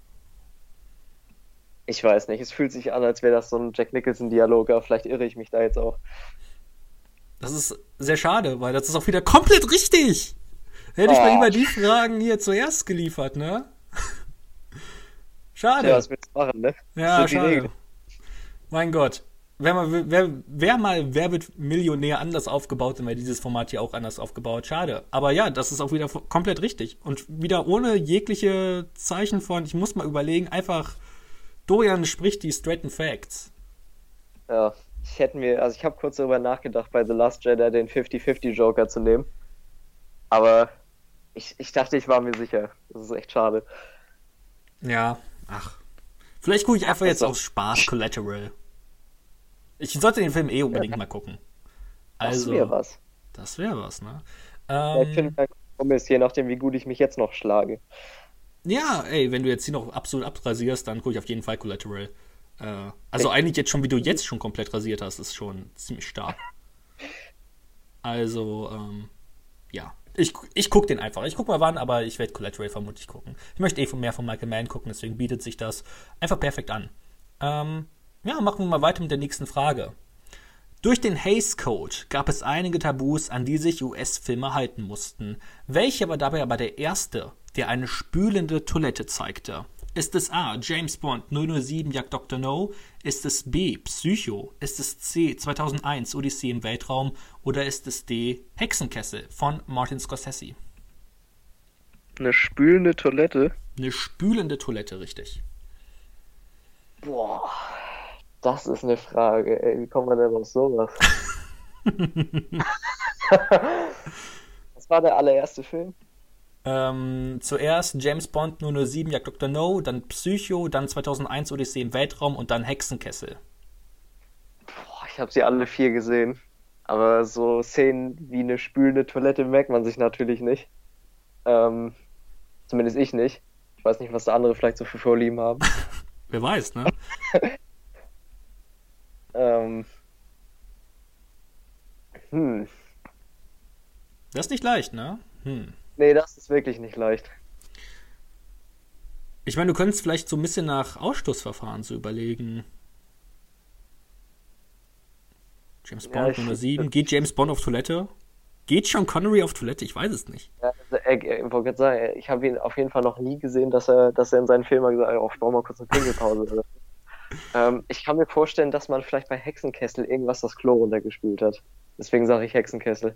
B: Ich weiß nicht, es fühlt sich an, als wäre das so ein Jack Nicholson-Dialog, aber vielleicht irre ich mich da jetzt auch.
A: Das ist sehr schade, weil das ist auch wieder komplett richtig. Hätte ich
B: Oh.
A: mal lieber die Fragen hier zuerst geliefert, ne? Schade.
B: Ja, was willst du machen, ne?
A: Ja,
B: Das sind die
A: schade.
B: Regeln.
A: Mein Gott. Wer mal, wer, wer mal Wer wird Millionär anders aufgebaut, dann wäre dieses Format hier auch anders aufgebaut. Schade. Aber ja, das ist auch wieder f- komplett richtig. Und wieder ohne jegliche Zeichen von, ich muss mal überlegen, einfach Dorian spricht die straighten Facts.
B: Ja, ich hätte mir, also ich habe kurz darüber nachgedacht, bei The Last Jedi den fünfzig fünfzig Joker zu nehmen. Aber ich, ich dachte, ich war mir sicher. Das ist echt schade.
A: Ja, ach. Vielleicht gucke ich einfach jetzt
B: Also-
A: aus Spaß Collateral. Ich sollte den Film eh unbedingt mal gucken.
B: Das
A: Also,
B: wäre was.
A: das wäre was, ne?
B: Vielleicht
A: Ähm,
B: finden wir einen Kompromiss, je nachdem, wie gut ich mich jetzt noch schlage.
A: ja, ey, wenn du jetzt hier noch absolut abrasierst, dann gucke ich auf jeden Fall Collateral. Äh, also eigentlich jetzt schon, wie du jetzt schon komplett rasiert hast, ist schon ziemlich stark. Also, ähm, ja. Ich, ich gucke den einfach. Ich gucke mal wann, aber ich werde Collateral vermutlich gucken. Ich möchte eh von mehr von Michael Mann gucken, deswegen bietet sich das einfach perfekt an. Ähm, ja, machen wir mal weiter mit der nächsten Frage. Durch den Hays Code gab es einige Tabus, an die sich U S-Filme halten mussten. Welcher war dabei aber der erste, der eine spülende Toilette zeigte? Ist es A. James Bond null null sieben Jagd Doktor No? Ist es B. Psycho? Ist es C. zweitausendeins Odyssee im Weltraum? Oder ist es D. Hexenkessel von Martin Scorsese?
B: Eine spülende Toilette?
A: Eine spülende Toilette, richtig.
B: Boah, das ist eine Frage, ey. Wie kommt man denn auf sowas? Was war der allererste Film?
A: Ähm, zuerst James Bond null null sieben Jagd Doktor No, dann Psycho, dann zweitausendeins Odyssee im Weltraum und dann Hexenkessel.
B: Boah, ich habe sie alle vier gesehen. Aber so Szenen wie eine spülende Toilette merkt man sich natürlich nicht. Ähm, zumindest ich nicht. Ich weiß nicht, was da andere vielleicht so für Vorlieben haben.
A: Wer weiß, ne?
B: Ähm, hm.
A: Das ist nicht leicht, ne? Hm.
B: Nee, das ist wirklich nicht leicht.
A: Ich meine, du könntest vielleicht so ein bisschen nach Ausstoßverfahren so überlegen. James
B: Ja,
A: Bond
B: ich-
A: null null sieben, geht James Bond auf Toilette? Geht Sean Connery auf Toilette? Ich weiß es nicht.
B: Ja, also, äh, äh, ich wollte gerade sagen, ich habe ihn auf jeden Fall noch nie gesehen, dass er, dass er in seinen Filmen mal gesagt hat, oh, ich brauche mal kurz eine Pinkelpause. Oder so. ähm, ich kann mir vorstellen, dass man vielleicht bei Hexenkessel irgendwas das Klo runtergespült hat. Deswegen sage ich Hexenkessel.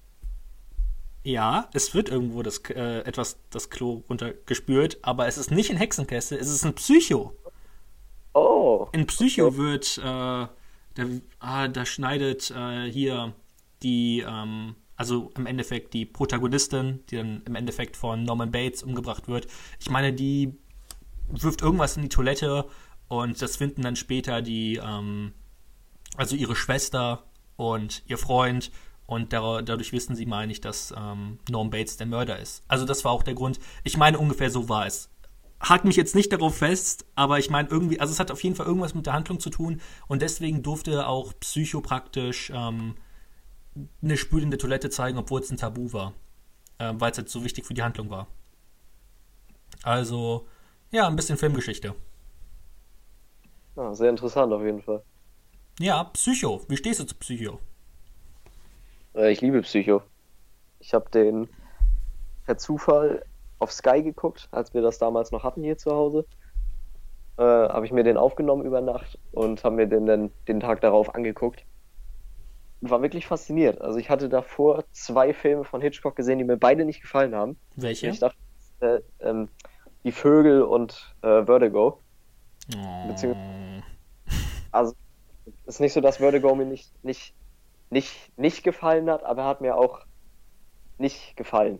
A: Ja, es wird irgendwo das, äh, etwas das Klo runtergespült, aber es ist nicht ein Hexenkessel, es ist ein Psycho.
B: Oh,
A: In Psycho wird, äh, da, ah, da schneidet äh, hier die, ähm, also im Endeffekt die Protagonistin, die dann im Endeffekt von Norman Bates umgebracht wird. Ich meine, die wirft irgendwas in die Toilette und das finden dann später die, ähm, also ihre Schwester und ihr Freund und dar- dadurch wissen sie, meine ich, dass ähm, Norman Bates der Mörder ist. Also das war auch der Grund. Ich meine, ungefähr so war es. hakt mich jetzt nicht darauf fest, aber ich meine irgendwie, also es hat auf jeden Fall irgendwas mit der Handlung zu tun und deswegen durfte auch Psycho praktisch ähm, eine spülende Toilette zeigen, obwohl es ein Tabu war, äh, weil es halt so wichtig für die Handlung war. Also, ja, ein bisschen Filmgeschichte.
B: Ja, sehr interessant auf jeden Fall.
A: Ja, Psycho. Wie stehst du zu Psycho?
B: Äh, ich liebe Psycho. Ich habe den per Zufall auf Sky geguckt, als wir das damals noch hatten hier zu Hause. Äh, habe ich mir den aufgenommen über Nacht und habe mir den dann den Tag darauf angeguckt. Und war wirklich fasziniert. Also ich hatte davor zwei Filme von Hitchcock gesehen, die mir beide nicht gefallen haben. Und
A: Welche?
B: ich dachte, äh, ähm, Die Vögel und äh, Vertigo. Beziehungsweise,
A: Oh.
B: also es ist nicht so, dass Vertigo mir nicht, nicht, nicht, nicht gefallen hat, aber er hat mir auch nicht gefallen.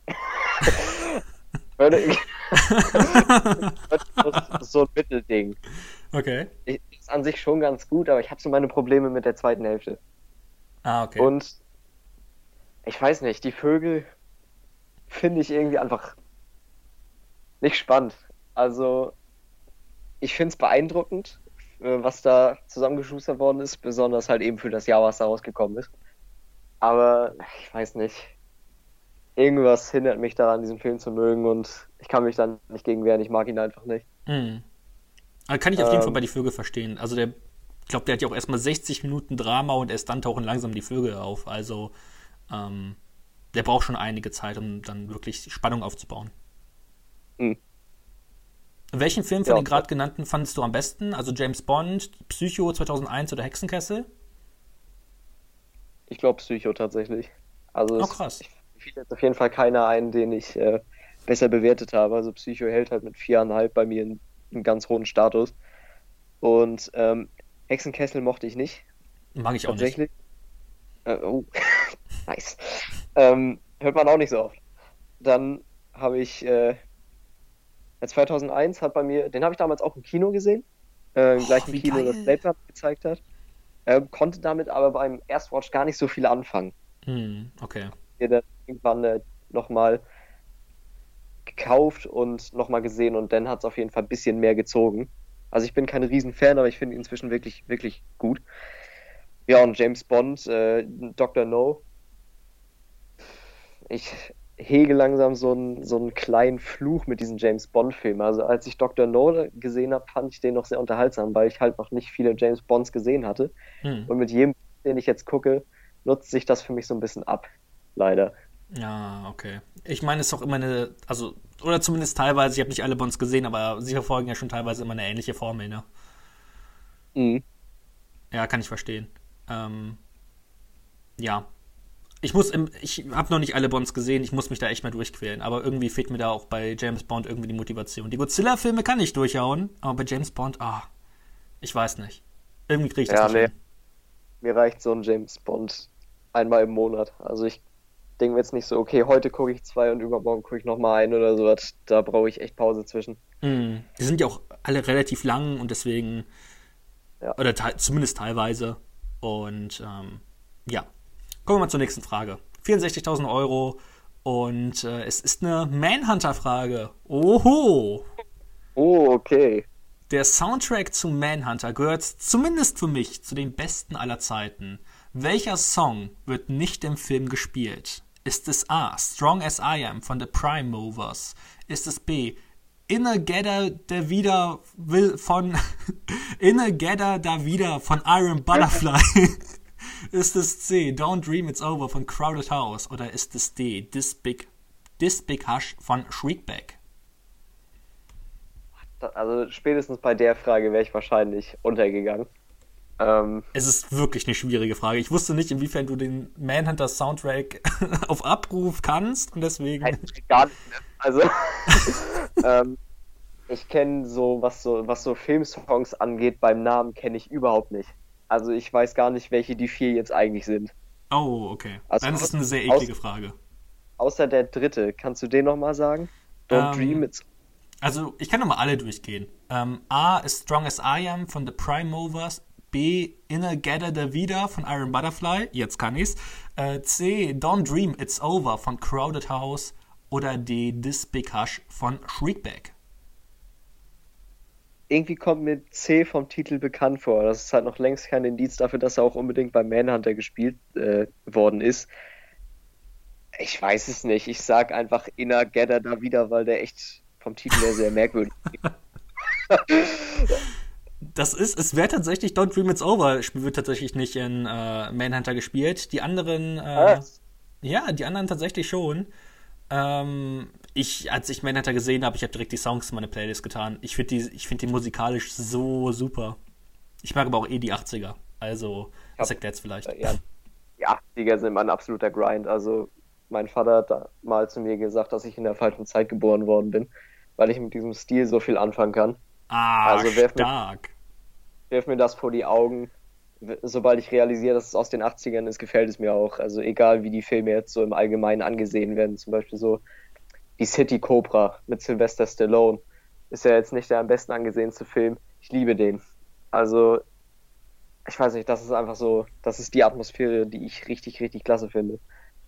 B: Vertigo ist so ein Mittelding.
A: Okay.
B: Ich- Ist an sich schon ganz gut, aber ich habe so meine Probleme mit der zweiten Hälfte.
A: Ah, okay.
B: Und ich weiß nicht, die Vögel finde ich irgendwie einfach nicht spannend. Also ich finde es beeindruckend, äh, was da zusammengeschustert worden ist, besonders halt eben für das Jahr, was da rausgekommen ist. Aber ich weiß nicht, irgendwas hindert mich daran, diesen Film zu mögen und ich kann mich dann nicht gegen wehren, ich mag ihn einfach nicht.
A: Hm. Aber kann ich auf jeden Fall
B: Ähm,
A: bei die Vögel verstehen. Also der, ich glaube, der hat ja auch erstmal sechzig Minuten Drama und erst dann tauchen langsam die Vögel auf. Also ähm, der braucht schon einige Zeit, um dann wirklich Spannung aufzubauen.
B: hm,
A: Welchen Film von
B: ja,
A: den gerade genannten fandest du am besten? Also James Bond, Psycho zweitausendeins oder Hexenkessel?
B: ich glaube Psycho tatsächlich. Also
A: Oh,
B: es
A: krass.
B: ich, mir fiel jetzt auf jeden Fall keiner ein, den ich äh, besser bewertet habe. Also Psycho hält halt mit viereinhalb bei mir einen, einen ganz hohen Status. Und ähm, Hexenkessel mochte ich nicht,
A: Mag ich auch nicht.
B: tatsächlich. Äh, oh, nice. Ähm, hört man auch nicht so oft. Dann habe ich äh, ja, zweitausendeins hat bei mir, den habe ich damals auch im Kino gesehen, äh, im
A: Oh,
B: gleichen
A: wie
B: Kino, das
A: geil.
B: Blade Runner gezeigt hat. Äh, konnte damit aber beim Erstwatch gar nicht so viel anfangen.
A: Hm, okay.
B: Mir dann irgendwann äh, nochmal gekauft und nochmal gesehen und dann hat es auf jeden Fall ein bisschen mehr gezogen. Also ich bin kein Riesenfan, aber ich finde ihn inzwischen wirklich, wirklich gut. Ja, und James Bond, äh, Doktor No, ich hege langsam so einen, so einen kleinen Fluch mit diesen James Bond-Filmen. Also als ich Doktor No gesehen habe, fand ich den noch sehr unterhaltsam, weil ich halt noch nicht viele James Bonds gesehen hatte.
A: Hm.
B: Und mit jedem, den ich jetzt gucke, nutzt sich das für mich so ein bisschen ab. Leider.
A: Ja, okay. Ich meine, es ist auch immer eine, also, oder zumindest teilweise, ich habe nicht alle Bonds gesehen, aber sie verfolgen ja schon teilweise immer eine ähnliche Formel, ne?
B: Mhm.
A: Ja, kann ich verstehen. Ähm, ja. Ich muss, im, ich habe noch nicht alle Bonds gesehen, ich muss mich da echt mal durchquälen, aber irgendwie fehlt mir da auch bei James Bond irgendwie die Motivation. Die Godzilla-Filme kann ich durchhauen, aber bei James Bond, ah, ich weiß nicht. Irgendwie kriege ich das
B: Ja,
A: nicht
B: nee,
A: hin.
B: mir reicht so ein James Bond einmal im Monat. Also ich denke mir jetzt nicht so, okay, heute gucke ich zwei und übermorgen gucke ich nochmal einen oder sowas. Da brauche ich echt Pause zwischen.
A: Hm. Die sind ja auch alle relativ lang und deswegen,
B: Ja.
A: oder te zumindest teilweise. Und ähm, ja, kommen wir mal zur nächsten Frage. vierundsechzigtausend Euro und äh, es ist eine Manhunter-Frage. Oho!
B: Oh, okay.
A: Der Soundtrack zu Manhunter gehört zumindest für mich zu den besten aller Zeiten. Welcher Song wird nicht im Film gespielt? Ist es A. Strong as I Am von The Prime Movers? Ist es B. Inagada da Vida will von Inagada da Vida von Iron Butterfly? Ist es C. Don't Dream It's Over von Crowded House? Oder ist es D. This Big, This Big Hush von Shriekback?
B: Da- Also spätestens bei der Frage wäre ich wahrscheinlich untergegangen. Ähm,
A: Es ist wirklich eine schwierige Frage. Ich wusste nicht, inwiefern du den Manhunter Soundtrack auf Abruf kannst und deswegen.
B: eigentlich gar nicht mehr. Also, ähm, ich kenne so, was so, was so Filmsongs angeht, beim Namen kenne ich überhaupt nicht. Also ich weiß gar nicht, welche die vier jetzt eigentlich sind.
A: Oh, okay.
B: Also
A: Dann ist es eine sehr
B: aus,
A: eklige Frage.
B: außer der dritte, kannst du den nochmal sagen? Don't Dream
A: Ähm,
B: It's...
A: also, ich kann nochmal alle durchgehen. Ähm, A ist Strong as I Am von The Prime Movers. B. Inagada da Vida von Iron Butterfly. Jetzt kann ich's. Äh, C. Don't Dream It's Over von Crowded House. Oder D. This Big Hush von Shriekback.
B: irgendwie kommt mir C vom Titel bekannt vor. Das ist halt noch längst kein Indiz dafür, dass er auch unbedingt bei Manhunter gespielt äh, worden ist. Ich weiß es nicht. Ich sag einfach Inner Gedder da wieder, weil der echt vom Titel her sehr merkwürdig ist.
A: Das ist, es wäre tatsächlich Don't Dream It's Over, wird tatsächlich nicht in äh, Manhunter gespielt. Die anderen, äh, ja, die anderen tatsächlich schon. Ähm, ich, als ich Manhunter gesehen habe, ich habe direkt die Songs in meine Playlist getan. Ich finde die, ich finde die musikalisch so super. Ich mag aber auch eh die achtziger. Also, das erklärt es vielleicht.
B: Ja, die achtziger sind ein absoluter Grind. Also, mein Vater hat da mal zu mir gesagt, dass ich in der falschen Zeit geboren worden bin, weil ich mit diesem Stil so viel anfangen kann.
A: Ah,
B: also werf
A: stark.
B: Mir, werf mir das vor die Augen. Sobald ich realisiere, dass es aus den achtzigern ist, gefällt es mir auch. Also egal, wie die Filme jetzt so im Allgemeinen angesehen werden. Zum Beispiel so die City Cobra mit Sylvester Stallone. Ist ja jetzt nicht der am besten angesehenste Film. Ich liebe den. Also, ich weiß nicht, das ist einfach so, das ist die Atmosphäre, die ich richtig, richtig klasse finde.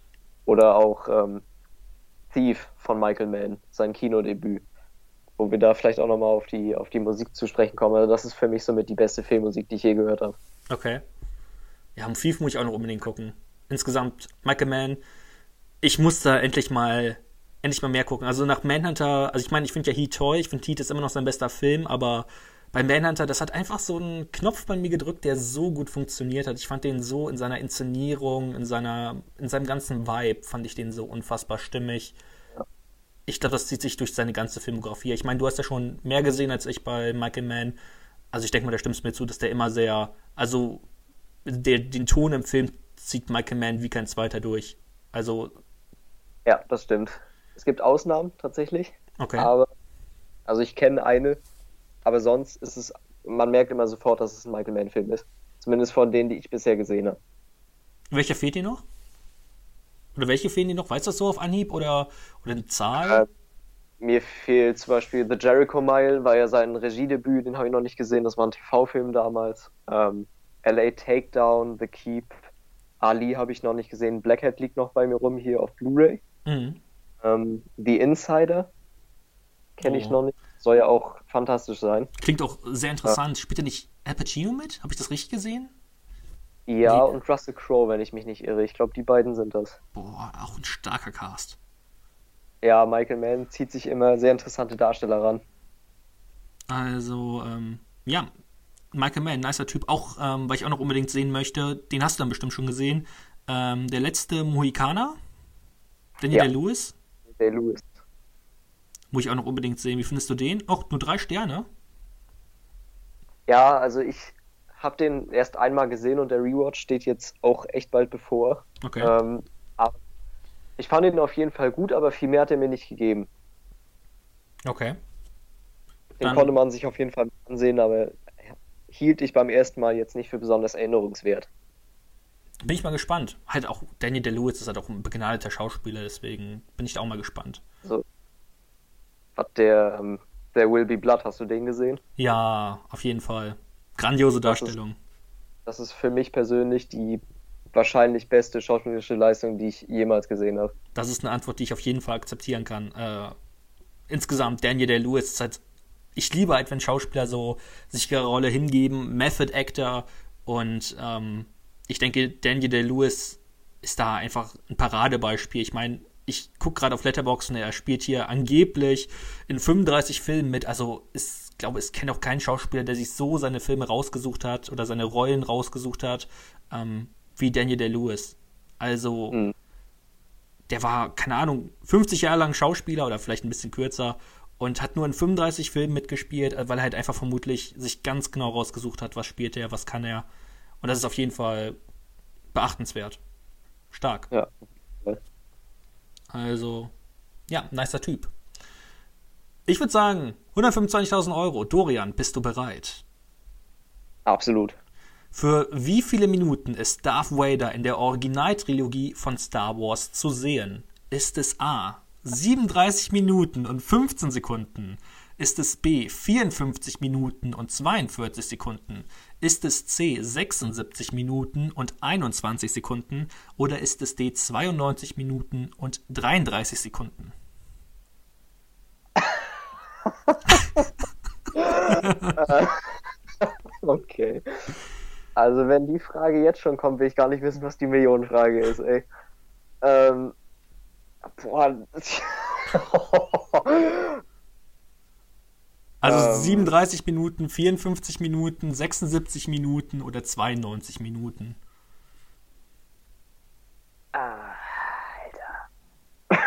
B: Oder auch ähm, Thief von Michael Mann, sein Kinodebüt. Wo wir da vielleicht auch nochmal auf die, auf die Musik zu sprechen kommen. Also das ist für mich somit die beste Filmmusik, die ich je gehört habe.
A: Okay. Ja, um Thief muss ich auch noch unbedingt gucken. Insgesamt, Michael Mann, ich muss da endlich mal endlich mal mehr gucken. Also nach Manhunter, also ich meine, ich finde ja Heat toll, ich finde Heat ist immer noch sein bester Film, aber bei Manhunter, das hat einfach so einen Knopf bei mir gedrückt, der so gut funktioniert hat. Ich fand den so in seiner Inszenierung, in seiner, in seinem ganzen Vibe, fand ich den so unfassbar stimmig. Ich glaube, das zieht sich durch seine ganze Filmografie. Ich meine, du hast ja schon mehr gesehen als ich bei Michael Mann. Also ich denke mal, da stimmst du mir zu, dass der immer sehr, also der, den Ton im Film zieht Michael Mann wie kein zweiter durch. Also
B: ja, das stimmt. Es gibt Ausnahmen tatsächlich.
A: Okay.
B: Aber, also ich kenne eine, aber sonst ist es, man merkt immer sofort, dass es ein Michael Mann-Film ist. Zumindest von denen, die ich bisher gesehen habe.
A: Welcher fehlt dir noch? Oder welche fehlen dir noch? Weißt du das so auf Anhieb oder, oder eine Zahl?
B: Äh, mir fehlt zum Beispiel The Jericho Mile, war ja sein Regiedebüt, den habe ich noch nicht gesehen, das war ein T V-Film damals. Ähm, L A Takedown, The Keep, Ali habe ich noch nicht gesehen, Blackhead liegt noch bei mir rum hier auf Blu-ray.
A: Mhm.
B: Ähm, The Insider kenne
A: Oh.
B: ich noch nicht, soll ja auch fantastisch sein.
A: Klingt auch sehr interessant. Spielt da nicht Al Pacino mit? Habe ich das richtig gesehen?
B: Ja,
A: Nee.
B: und Russell Crowe, wenn ich mich nicht irre. Ich glaube, die beiden sind das.
A: Boah, auch ein starker Cast.
B: Ja, Michael Mann zieht sich immer sehr interessante Darsteller ran.
A: Also, ähm, ja, Michael Mann, nicer Typ. Auch, ähm, weil ich auch noch unbedingt sehen möchte, den hast du dann bestimmt schon gesehen. Ähm, der letzte Mohikaner, Daniel
B: Ja.
A: Day-Lewis,
B: Day Lewis.
A: muss ich auch noch unbedingt sehen. Wie findest du den? Auch nur drei Sterne.
B: Ja, also ich habe den erst einmal gesehen und der Rewatch steht jetzt auch echt bald bevor.
A: Okay.
B: Ähm, aber ich fand ihn auf jeden Fall gut, aber viel mehr hat er mir nicht gegeben.
A: Okay.
B: Den
A: Dann-
B: konnte man sich auf jeden Fall ansehen, aber hielt ich beim ersten Mal jetzt nicht für besonders erinnerungswert.
A: Bin ich mal gespannt. Halt auch, Daniel Day-Lewis ist halt auch ein begnadeter Schauspieler, deswegen bin ich da auch mal gespannt.
B: Hat der, ähm, der Will Be Blood, hast du den gesehen?
A: Ja, auf jeden Fall. Grandiose
B: Das ist-
A: Darstellung.
B: Das ist für mich persönlich die wahrscheinlich beste schauspielerische Leistung, die ich jemals gesehen habe.
A: Das ist eine Antwort, die ich auf jeden Fall akzeptieren kann. Äh, insgesamt, Daniel Day-Lewis ist halt, ich liebe halt, wenn Schauspieler so sich ihrer Rolle hingeben, Method Actor, und ähm, ich denke, Daniel Day-Lewis ist da einfach ein Paradebeispiel. Ich meine, ich gucke gerade auf Letterboxd und er spielt hier angeblich in fünfunddreißig Filmen mit. Also ich glaube, es kennt auch keinen Schauspieler, der sich so seine Filme rausgesucht hat oder seine Rollen rausgesucht hat, ähm, wie Daniel Day-Lewis. Also
B: Mhm.
A: der war, keine Ahnung, fünfzig Jahre lang Schauspieler oder vielleicht ein bisschen kürzer und hat nur in fünfunddreißig Filmen mitgespielt, weil er halt einfach vermutlich sich ganz genau rausgesucht hat, was spielt er, was kann er. Und das ist auf jeden Fall beachtenswert. Stark.
B: Ja.
A: Also, ja, nicer Typ. Ich würde sagen, hundertfünfundzwanzigtausend Euro. Dorian, bist du bereit?
B: Absolut.
A: Für wie viele Minuten ist Darth Vader in der Originaltrilogie von Star Wars zu sehen? Ist es A, siebenunddreißig Minuten und fünfzehn Sekunden? Ist es B, vierundfünfzig Minuten und zweiundvierzig Sekunden? Ist es C, sechsundsiebzig Minuten und einundzwanzig Sekunden? Oder ist es D, zweiundneunzig Minuten und dreiunddreißig Sekunden?
B: Äh, okay. Also wenn die Frage jetzt schon kommt, will ich gar nicht wissen, was die Millionenfrage ist, ey. Ähm, boah.
A: Also
B: Ähm.
A: siebenunddreißig Minuten, vierundfünfzig Minuten, sechsundsiebzig Minuten oder zweiundneunzig Minuten.
B: Ah, Alter.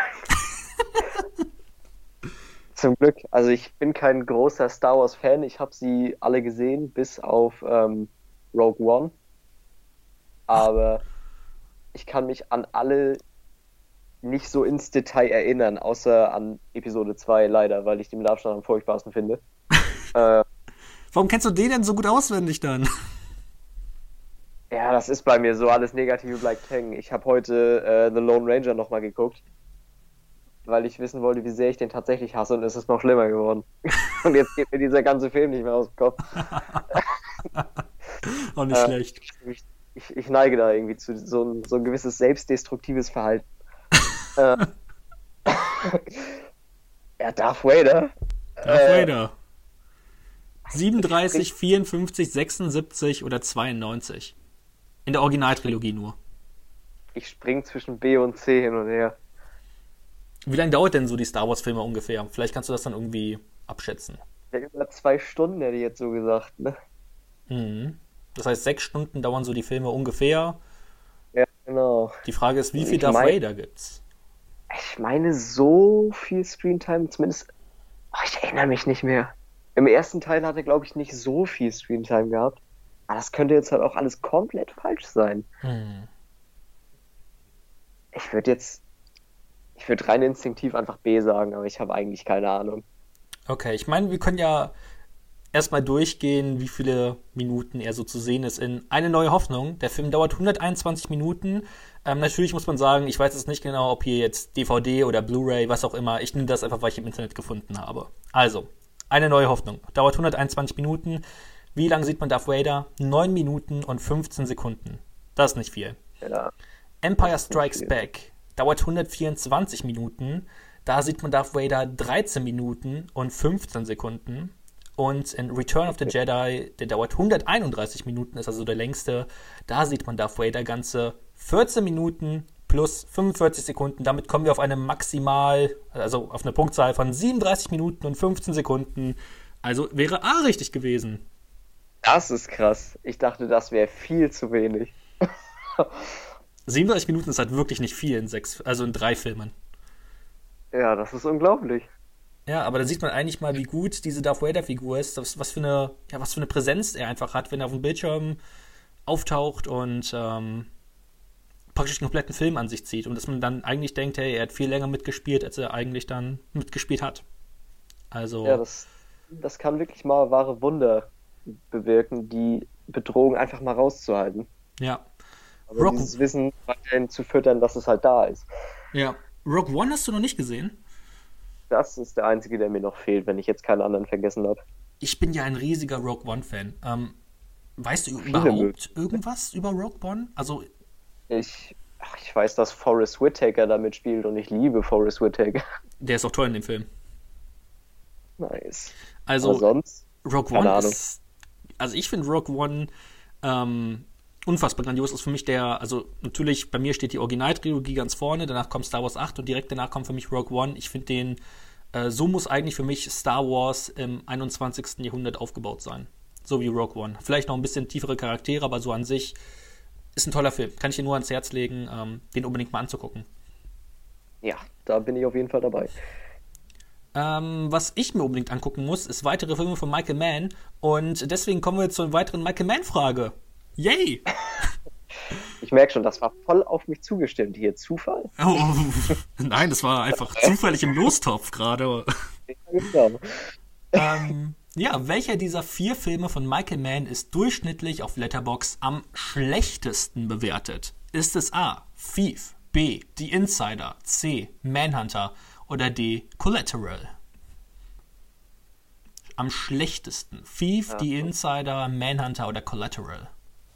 B: Zum Glück. Also ich bin kein großer Star Wars Fan. Ich habe sie alle gesehen, bis auf ähm, Rogue One. Aber ich kann mich an alle nicht so ins Detail erinnern, außer an Episode zwei leider, weil ich den mit Abstand am furchtbarsten finde. äh,
A: Warum kennst du den denn so gut auswendig dann?
B: ja, das ist bei mir so, alles Negative bleibt hängen. Ich habe heute äh, The Lone Ranger nochmal geguckt, weil ich wissen wollte, wie sehr ich den tatsächlich hasse, und es ist noch schlimmer geworden. Und jetzt geht mir dieser ganze Film nicht mehr aus dem Kopf.
A: Auch nicht
B: äh,
A: schlecht.
B: Ich, ich, ich neige da irgendwie zu so ein, so ein gewisses selbstdestruktives Verhalten. äh, ja, Darth Vader.
A: Darth
B: äh,
A: Vader. siebenunddreißig, vierundfünfzig, sechsundsiebzig oder zweiundneunzig. In der Originaltrilogie nur.
B: Ich spring zwischen B und C hin und her.
A: Wie lange dauert denn so die Star Wars-Filme ungefähr? Vielleicht kannst du das dann irgendwie abschätzen.
B: Ja, über zwei Stunden hätte ich jetzt so gesagt, ne?
A: Mhm. Das heißt, sechs Stunden dauern so die Filme ungefähr.
B: Ja, genau.
A: Die Frage ist, wie viel
B: Ich
A: Darth
B: mein-
A: Vader gibt's?
B: Ich meine, so viel Screentime, zumindest. Oh, ich erinnere mich nicht mehr. Im ersten Teil hat er, glaube ich, nicht so viel Screentime gehabt. Aber das könnte jetzt halt auch alles komplett falsch sein.
A: Hm.
B: Ich würde jetzt. Ich würde rein instinktiv einfach B sagen, aber ich habe eigentlich keine Ahnung.
A: Okay, ich meine, wir können ja erstmal durchgehen, wie viele Minuten er so zu sehen ist in Eine neue Hoffnung. Der Film dauert hunderteinundzwanzig Minuten. Ähm, natürlich muss man sagen, ich weiß jetzt nicht genau, ob hier jetzt D V D oder Blu-ray, was auch immer. Ich nehme das einfach, weil ich im Internet gefunden habe. Also, Eine neue Hoffnung. Dauert hunderteinundzwanzig Minuten. Wie lange sieht man Darth Vader? neun Minuten und fünfzehn Sekunden. Das ist nicht viel.
B: Ja.
A: Empire
B: Das ist nicht
A: Strikes
B: viel.
A: Back dauert hundertvierundzwanzig Minuten. Da sieht man Darth Vader dreizehn Minuten und fünfzehn Sekunden. Und in Return of the Jedi, der dauert hunderteinunddreißig Minuten, ist also der längste. Da sieht man Darth Vader ganze vierzehn Minuten plus fünfundvierzig Sekunden. Damit kommen wir auf eine maximal, also auf eine Punktzahl von siebenunddreißig Minuten und fünfzehn Sekunden. Also wäre A richtig gewesen.
B: Das ist krass. Ich dachte, das wäre viel zu wenig.
A: siebenunddreißig Minuten ist halt wirklich nicht viel in sechs, also in drei Filmen.
B: Ja, das ist unglaublich.
A: Ja, aber da sieht man eigentlich mal, wie gut diese Darth Vader-Figur ist, was, was, für eine, ja, was für eine Präsenz er einfach hat, wenn er auf dem Bildschirm auftaucht und ähm, praktisch den kompletten Film an sich zieht. Und dass man dann eigentlich denkt, hey, er hat viel länger mitgespielt, als er eigentlich dann mitgespielt hat. Also,
B: Ja, das, das kann wirklich mal wahre Wunder bewirken, die Bedrohung einfach mal rauszuhalten.
A: ja.
B: Aber
A: Rock-
B: dieses Wissen weiterhin zu füttern, dass es halt da ist.
A: Ja. Rogue One hast du noch nicht gesehen?
B: Das ist der einzige, der mir noch fehlt, wenn ich jetzt keinen anderen vergessen habe.
A: Ich bin ja ein riesiger Rogue One-Fan. Ähm, weißt du
B: Viele
A: überhaupt
B: mögen.
A: irgendwas über Rogue One? Also,
B: Ich, ach, ich weiß, dass Forrest Whitaker damit spielt, und ich liebe Forrest Whitaker.
A: der ist auch toll in dem Film.
B: Nice.
A: Also,
B: Aber sonst?
A: Rogue
B: Keine
A: One
B: Ahnung.
A: ist, also ich finde Rogue One ähm, unfassbar grandios. Ist für mich der, also natürlich, bei mir steht die Originaltrilogie ganz vorne, danach kommt Star Wars acht und direkt danach kommt für mich Rogue One. Ich finde den, äh, so muss eigentlich für mich Star Wars im einundzwanzigsten Jahrhundert aufgebaut sein. So wie Rogue One. Vielleicht noch ein bisschen tiefere Charaktere, aber so an sich ist ein toller Film. Kann ich dir nur ans Herz legen, ähm, den unbedingt mal anzugucken.
B: Ja, da bin ich auf jeden Fall dabei.
A: Ähm, was ich mir unbedingt angucken muss, ist weitere Filme von Michael Mann. Und deswegen kommen wir zur weiteren Michael Mann-Frage. Yay!
B: Ich merke schon, das war voll auf mich zugestimmt hier. Zufall?
A: Oh, nein, das war einfach zufällig im Lostopf gerade.
B: Genau.
A: ähm, ja, welcher dieser vier Filme von Michael Mann ist durchschnittlich auf Letterboxd am schlechtesten bewertet? Ist es A. Thief, B. The Insider, C. Manhunter oder D. Collateral? Am schlechtesten. Thief,
B: Ja.
A: The Insider, Manhunter oder Collateral?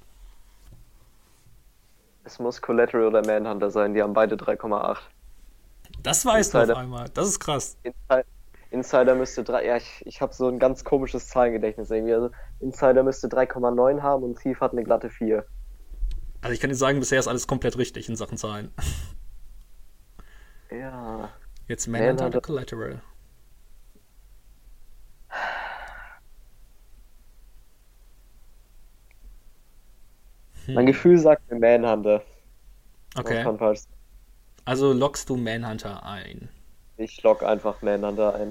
B: Es muss Collateral oder Manhunter sein, die haben beide drei Komma acht.
A: Das weißt du auf
B: Insider.
A: einmal. Das ist krass.
B: Insi- Insider müsste drei, ja, ich, ich habe so ein ganz komisches Zahlengedächtnis irgendwie. Also Insider müsste drei Komma neun haben und Thief hat eine glatte vier.
A: Also ich kann dir sagen, bisher ist alles komplett richtig in Sachen Zahlen.
B: Ja.
A: Jetzt Manhunter oder
B: Manhunter.
A: Collateral?
B: Mein Gefühl sagt mir Manhunter. Das
A: Okay.
B: kann falsch sein.
A: Also loggst du Manhunter ein.
B: Ich log einfach Manhunter ein.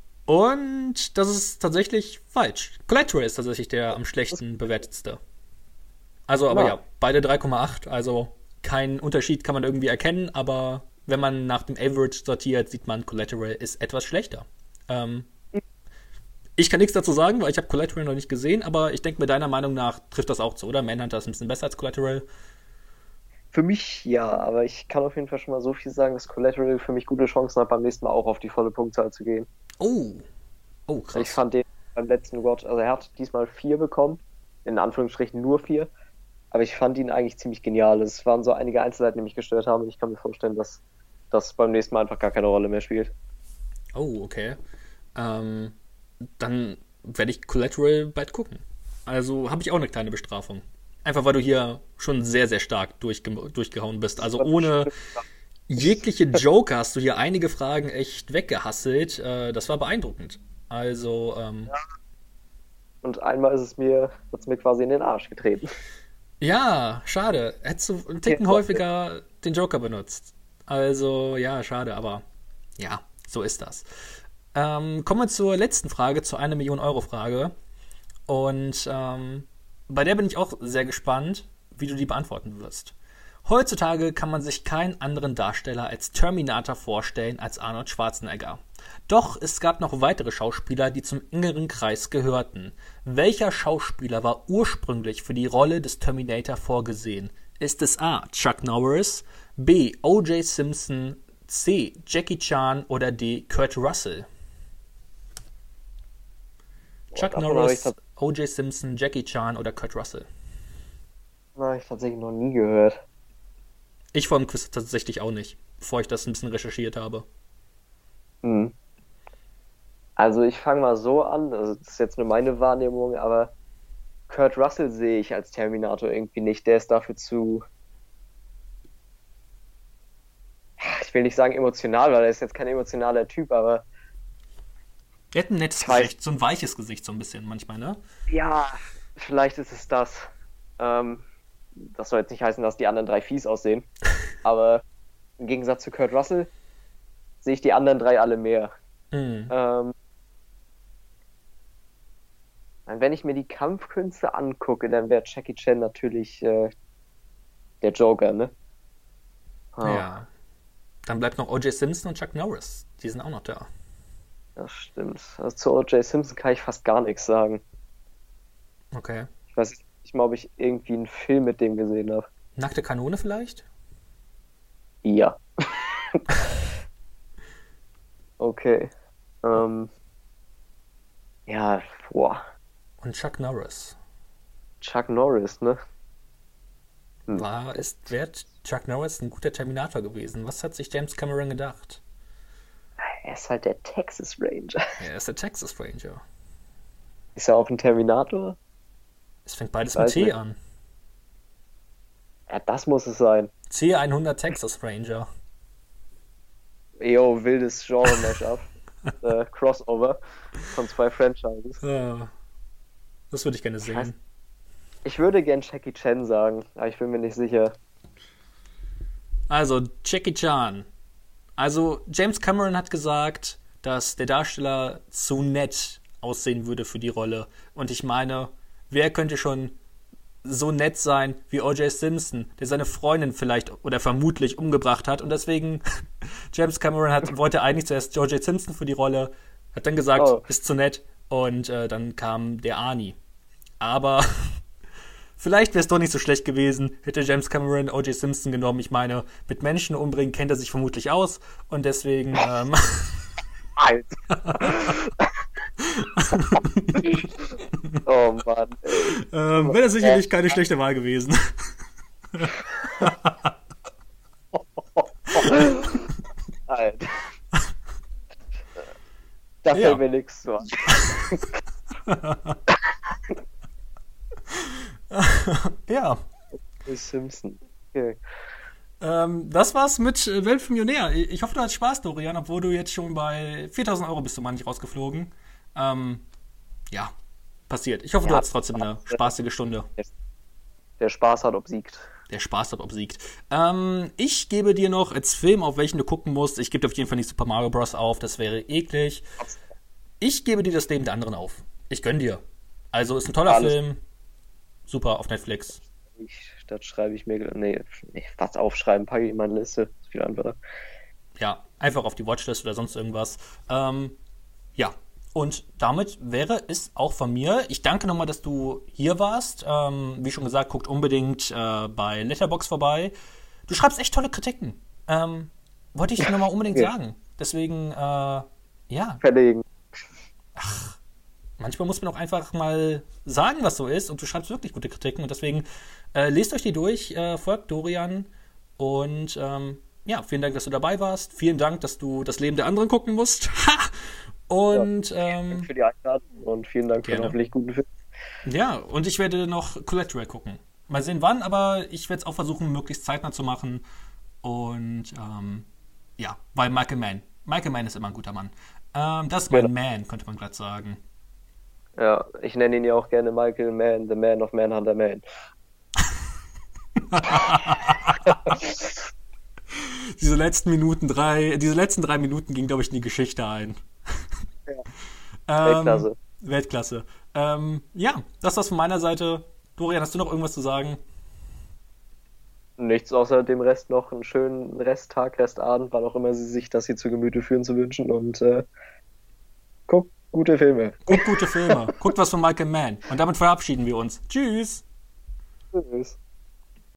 A: Und das ist tatsächlich falsch. Collateral ist tatsächlich der am schlechten bewertetste. Also, aber
B: Ja.
A: ja, beide drei Komma acht. Also kein Unterschied kann man irgendwie erkennen, aber wenn man nach dem Average sortiert, sieht man, Collateral ist etwas schlechter. Ähm, ich kann nichts dazu sagen, weil ich habe Collateral noch nicht gesehen, aber ich denke, mit deiner Meinung nach trifft das auch zu, oder? Manhunter ist ein bisschen besser als Collateral.
B: Für mich ja, aber ich kann auf jeden Fall schon mal so viel sagen, dass Collateral für mich gute Chancen hat, beim nächsten Mal auch auf die volle Punktzahl zu gehen.
A: Oh, oh,
B: Ich
A: krass.
B: fand den beim letzten Watch, also er hat diesmal vier bekommen, in Anführungsstrichen nur vier, aber ich fand ihn eigentlich ziemlich genial. Es waren so einige Einzelheiten, die mich gestört haben und ich kann mir vorstellen, dass das beim nächsten Mal einfach gar keine Rolle mehr spielt.
A: Oh, okay. Ähm, dann werde ich Collateral bald gucken. Also habe ich auch eine kleine Bestrafung. Einfach weil du hier schon sehr, sehr stark durchge durchgehauen bist. Also ohne jegliche Joker hast du hier einige Fragen echt weggehasselt. Äh, das war beeindruckend. Also, ähm,
B: Und einmal ist es mir, hat es mir quasi in den Arsch getreten.
A: ja, schade. Hättest du einen Ticken häufiger den Joker benutzt. Also, ja, schade, aber ja, so ist das. Ähm, kommen wir zur letzten Frage, zur eine Million Euro Frage. Und ähm, bei der bin ich auch sehr gespannt, wie du die beantworten wirst. Heutzutage kann man sich keinen anderen Darsteller als Terminator vorstellen als Arnold Schwarzenegger. Doch es gab noch weitere Schauspieler, die zum engeren Kreis gehörten. Welcher Schauspieler war ursprünglich für die Rolle des Terminator vorgesehen? Ist es A. Chuck Norris, B. O J. Simpson, C. Jackie Chan oder D. Kurt Russell? Chuck
B: davon habe ich
A: Norris,
B: tats-
A: O J. Simpson, Jackie Chan oder Kurt Russell?
B: habe ich tatsächlich noch nie gehört.
A: Ich vor dem Quiz tatsächlich auch nicht, bevor ich das ein bisschen recherchiert habe.
B: Hm. Also ich fange mal so an, also das ist jetzt nur meine Wahrnehmung, aber Kurt Russell sehe ich als Terminator irgendwie nicht. Der ist dafür zu, ich will nicht sagen emotional, weil er ist jetzt kein emotionaler Typ, aber
A: Er hat ein nettes
B: Ich weiß-
A: Gesicht, so ein weiches Gesicht so ein bisschen manchmal, ne?
B: ja, vielleicht ist es das. Ähm, das soll jetzt nicht heißen, dass die anderen drei fies aussehen, aber im Gegensatz zu Kurt Russell sehe ich die anderen drei alle mehr.
A: Mhm.
B: Ähm, wenn ich mir die Kampfkünste angucke, dann wäre Jackie Chan natürlich äh, der Joker, ne? Ah,
A: Ja. Dann bleibt noch O J. Simpson und Chuck Norris. Die sind auch noch da.
B: Das stimmt. Also zu O J. Simpson kann ich fast gar nichts sagen.
A: Okay.
B: Ich weiß nicht mal, ob ich irgendwie einen Film mit dem gesehen habe.
A: Nackte Kanone vielleicht?
B: Ja. Okay. Ähm, ja, boah.
A: Und Chuck Norris.
B: Chuck Norris, ne? Hm.
A: War, ist, wäre Chuck Norris ein guter Terminator gewesen? Was hat sich James Cameron gedacht?
B: Er ist halt der Texas Ranger.
A: Er ist der Texas Ranger.
B: Ist er auch ein Terminator?
A: Es fängt beides
B: Weiß
A: mit T
B: nicht.
A: an.
B: Ja, das muss es sein.
A: C hundert Texas Ranger.
B: Eo, wildes Genre-Mashup. äh, Crossover von zwei Franchises.
A: Ja. Das würde ich gerne sehen.
B: Ich würde gern Jackie Chan sagen, aber ich bin mir nicht sicher.
A: Also, Jackie Chan. Also, James Cameron hat gesagt, dass der Darsteller zu nett aussehen würde für die Rolle. Und ich meine, wer könnte schon so nett sein wie O J. Simpson, der seine Freundin vielleicht oder vermutlich umgebracht hat. Und deswegen, James Cameron hat, wollte eigentlich zuerst O J. Simpson für die Rolle, hat dann gesagt,
B: Oh.
A: ist zu nett. Und äh, dann kam der Arnie. Aber vielleicht wäre es doch nicht so schlecht gewesen, hätte James Cameron O J. Simpson genommen. Ich meine, mit Menschen umbringen kennt er sich vermutlich aus. Und deswegen, ähm,
B: Alter. Oh Mann, ey.
A: ähm, wäre das sicherlich keine schlechte Wahl gewesen.
B: Alter. Das fällt mir nichts zu an.
A: Ja.
B: Die Simpson. Okay.
A: Ähm, das war's mit äh, Wer wird Millionär. Ich hoffe, du hattest Spaß, Dorian, obwohl du jetzt schon bei viertausend Euro bist du mal nicht rausgeflogen. Ähm, ja, passiert. Ich hoffe,
B: Ja,
A: du hattest trotzdem eine spaßige Stunde.
B: Der Spaß hat obsiegt.
A: Der Spaß hat obsiegt. Ähm, ich gebe dir noch als Film, auf welchen du gucken musst. Ich gebe dir auf jeden Fall nicht Super Mario Bros. Auf, das wäre eklig. Ich gebe dir das Leben der anderen auf. Ich gönn dir. Also ist ein toller
B: Alles.
A: Film. Super, auf Netflix.
B: Ich, das schreibe ich mir. Nee, nee, was aufschreiben, packe ich in meine Liste. Das ist viel einfacher.
A: Ja, einfach auf die Watchlist oder sonst irgendwas. Ähm, ja, und damit wäre es auch von mir. Ich danke nochmal, dass du hier warst. Ähm, wie schon gesagt, guckt unbedingt äh, bei Letterboxd vorbei. Du schreibst echt tolle Kritiken. Ähm, wollte ich dir nochmal unbedingt
B: Ja.
A: sagen. Deswegen, äh, ja,
B: Verlegen.
A: manchmal muss man auch einfach mal sagen, was so ist. Und du schreibst wirklich gute Kritiken. Und deswegen äh, lest euch die durch, äh, folgt Dorian. Und ähm, ja, vielen Dank, dass du dabei warst. Vielen Dank, dass du das Leben der anderen gucken musst. Und
B: Dank
A: ähm,
B: für die Einladung und vielen Dank für
A: Gerne.
B: den hoffentlich guten Film.
A: ja, und ich werde noch Collateral gucken. Mal sehen wann, aber ich werde es auch versuchen, möglichst zeitnah zu machen. Und ähm, ja, weil Michael Mann. Michael Mann ist immer ein guter Mann. Ähm, das ist mein
B: Genau.
A: Man, könnte man glatt sagen.
B: Ja, ich nenne ihn ja auch gerne Michael Mann, the Man of Manhunter Man.
A: Diese letzten Minuten drei, diese letzten drei Minuten gingen, glaube ich, in die Geschichte ein.
B: Ja.
A: Ähm,
B: Weltklasse.
A: Weltklasse. Ähm, ja, das war's von meiner Seite. Dorian, hast du noch irgendwas zu sagen?
B: Nichts außer dem Rest noch einen schönen Resttag, Restabend, wann auch immer Sie sich das hier zu Gemüte führen zu wünschen und äh, guckt gute Filme.
A: Guckt gute Filme. Guckt was von Michael Mann. Und damit verabschieden wir uns. Tschüss.
B: Tschüss.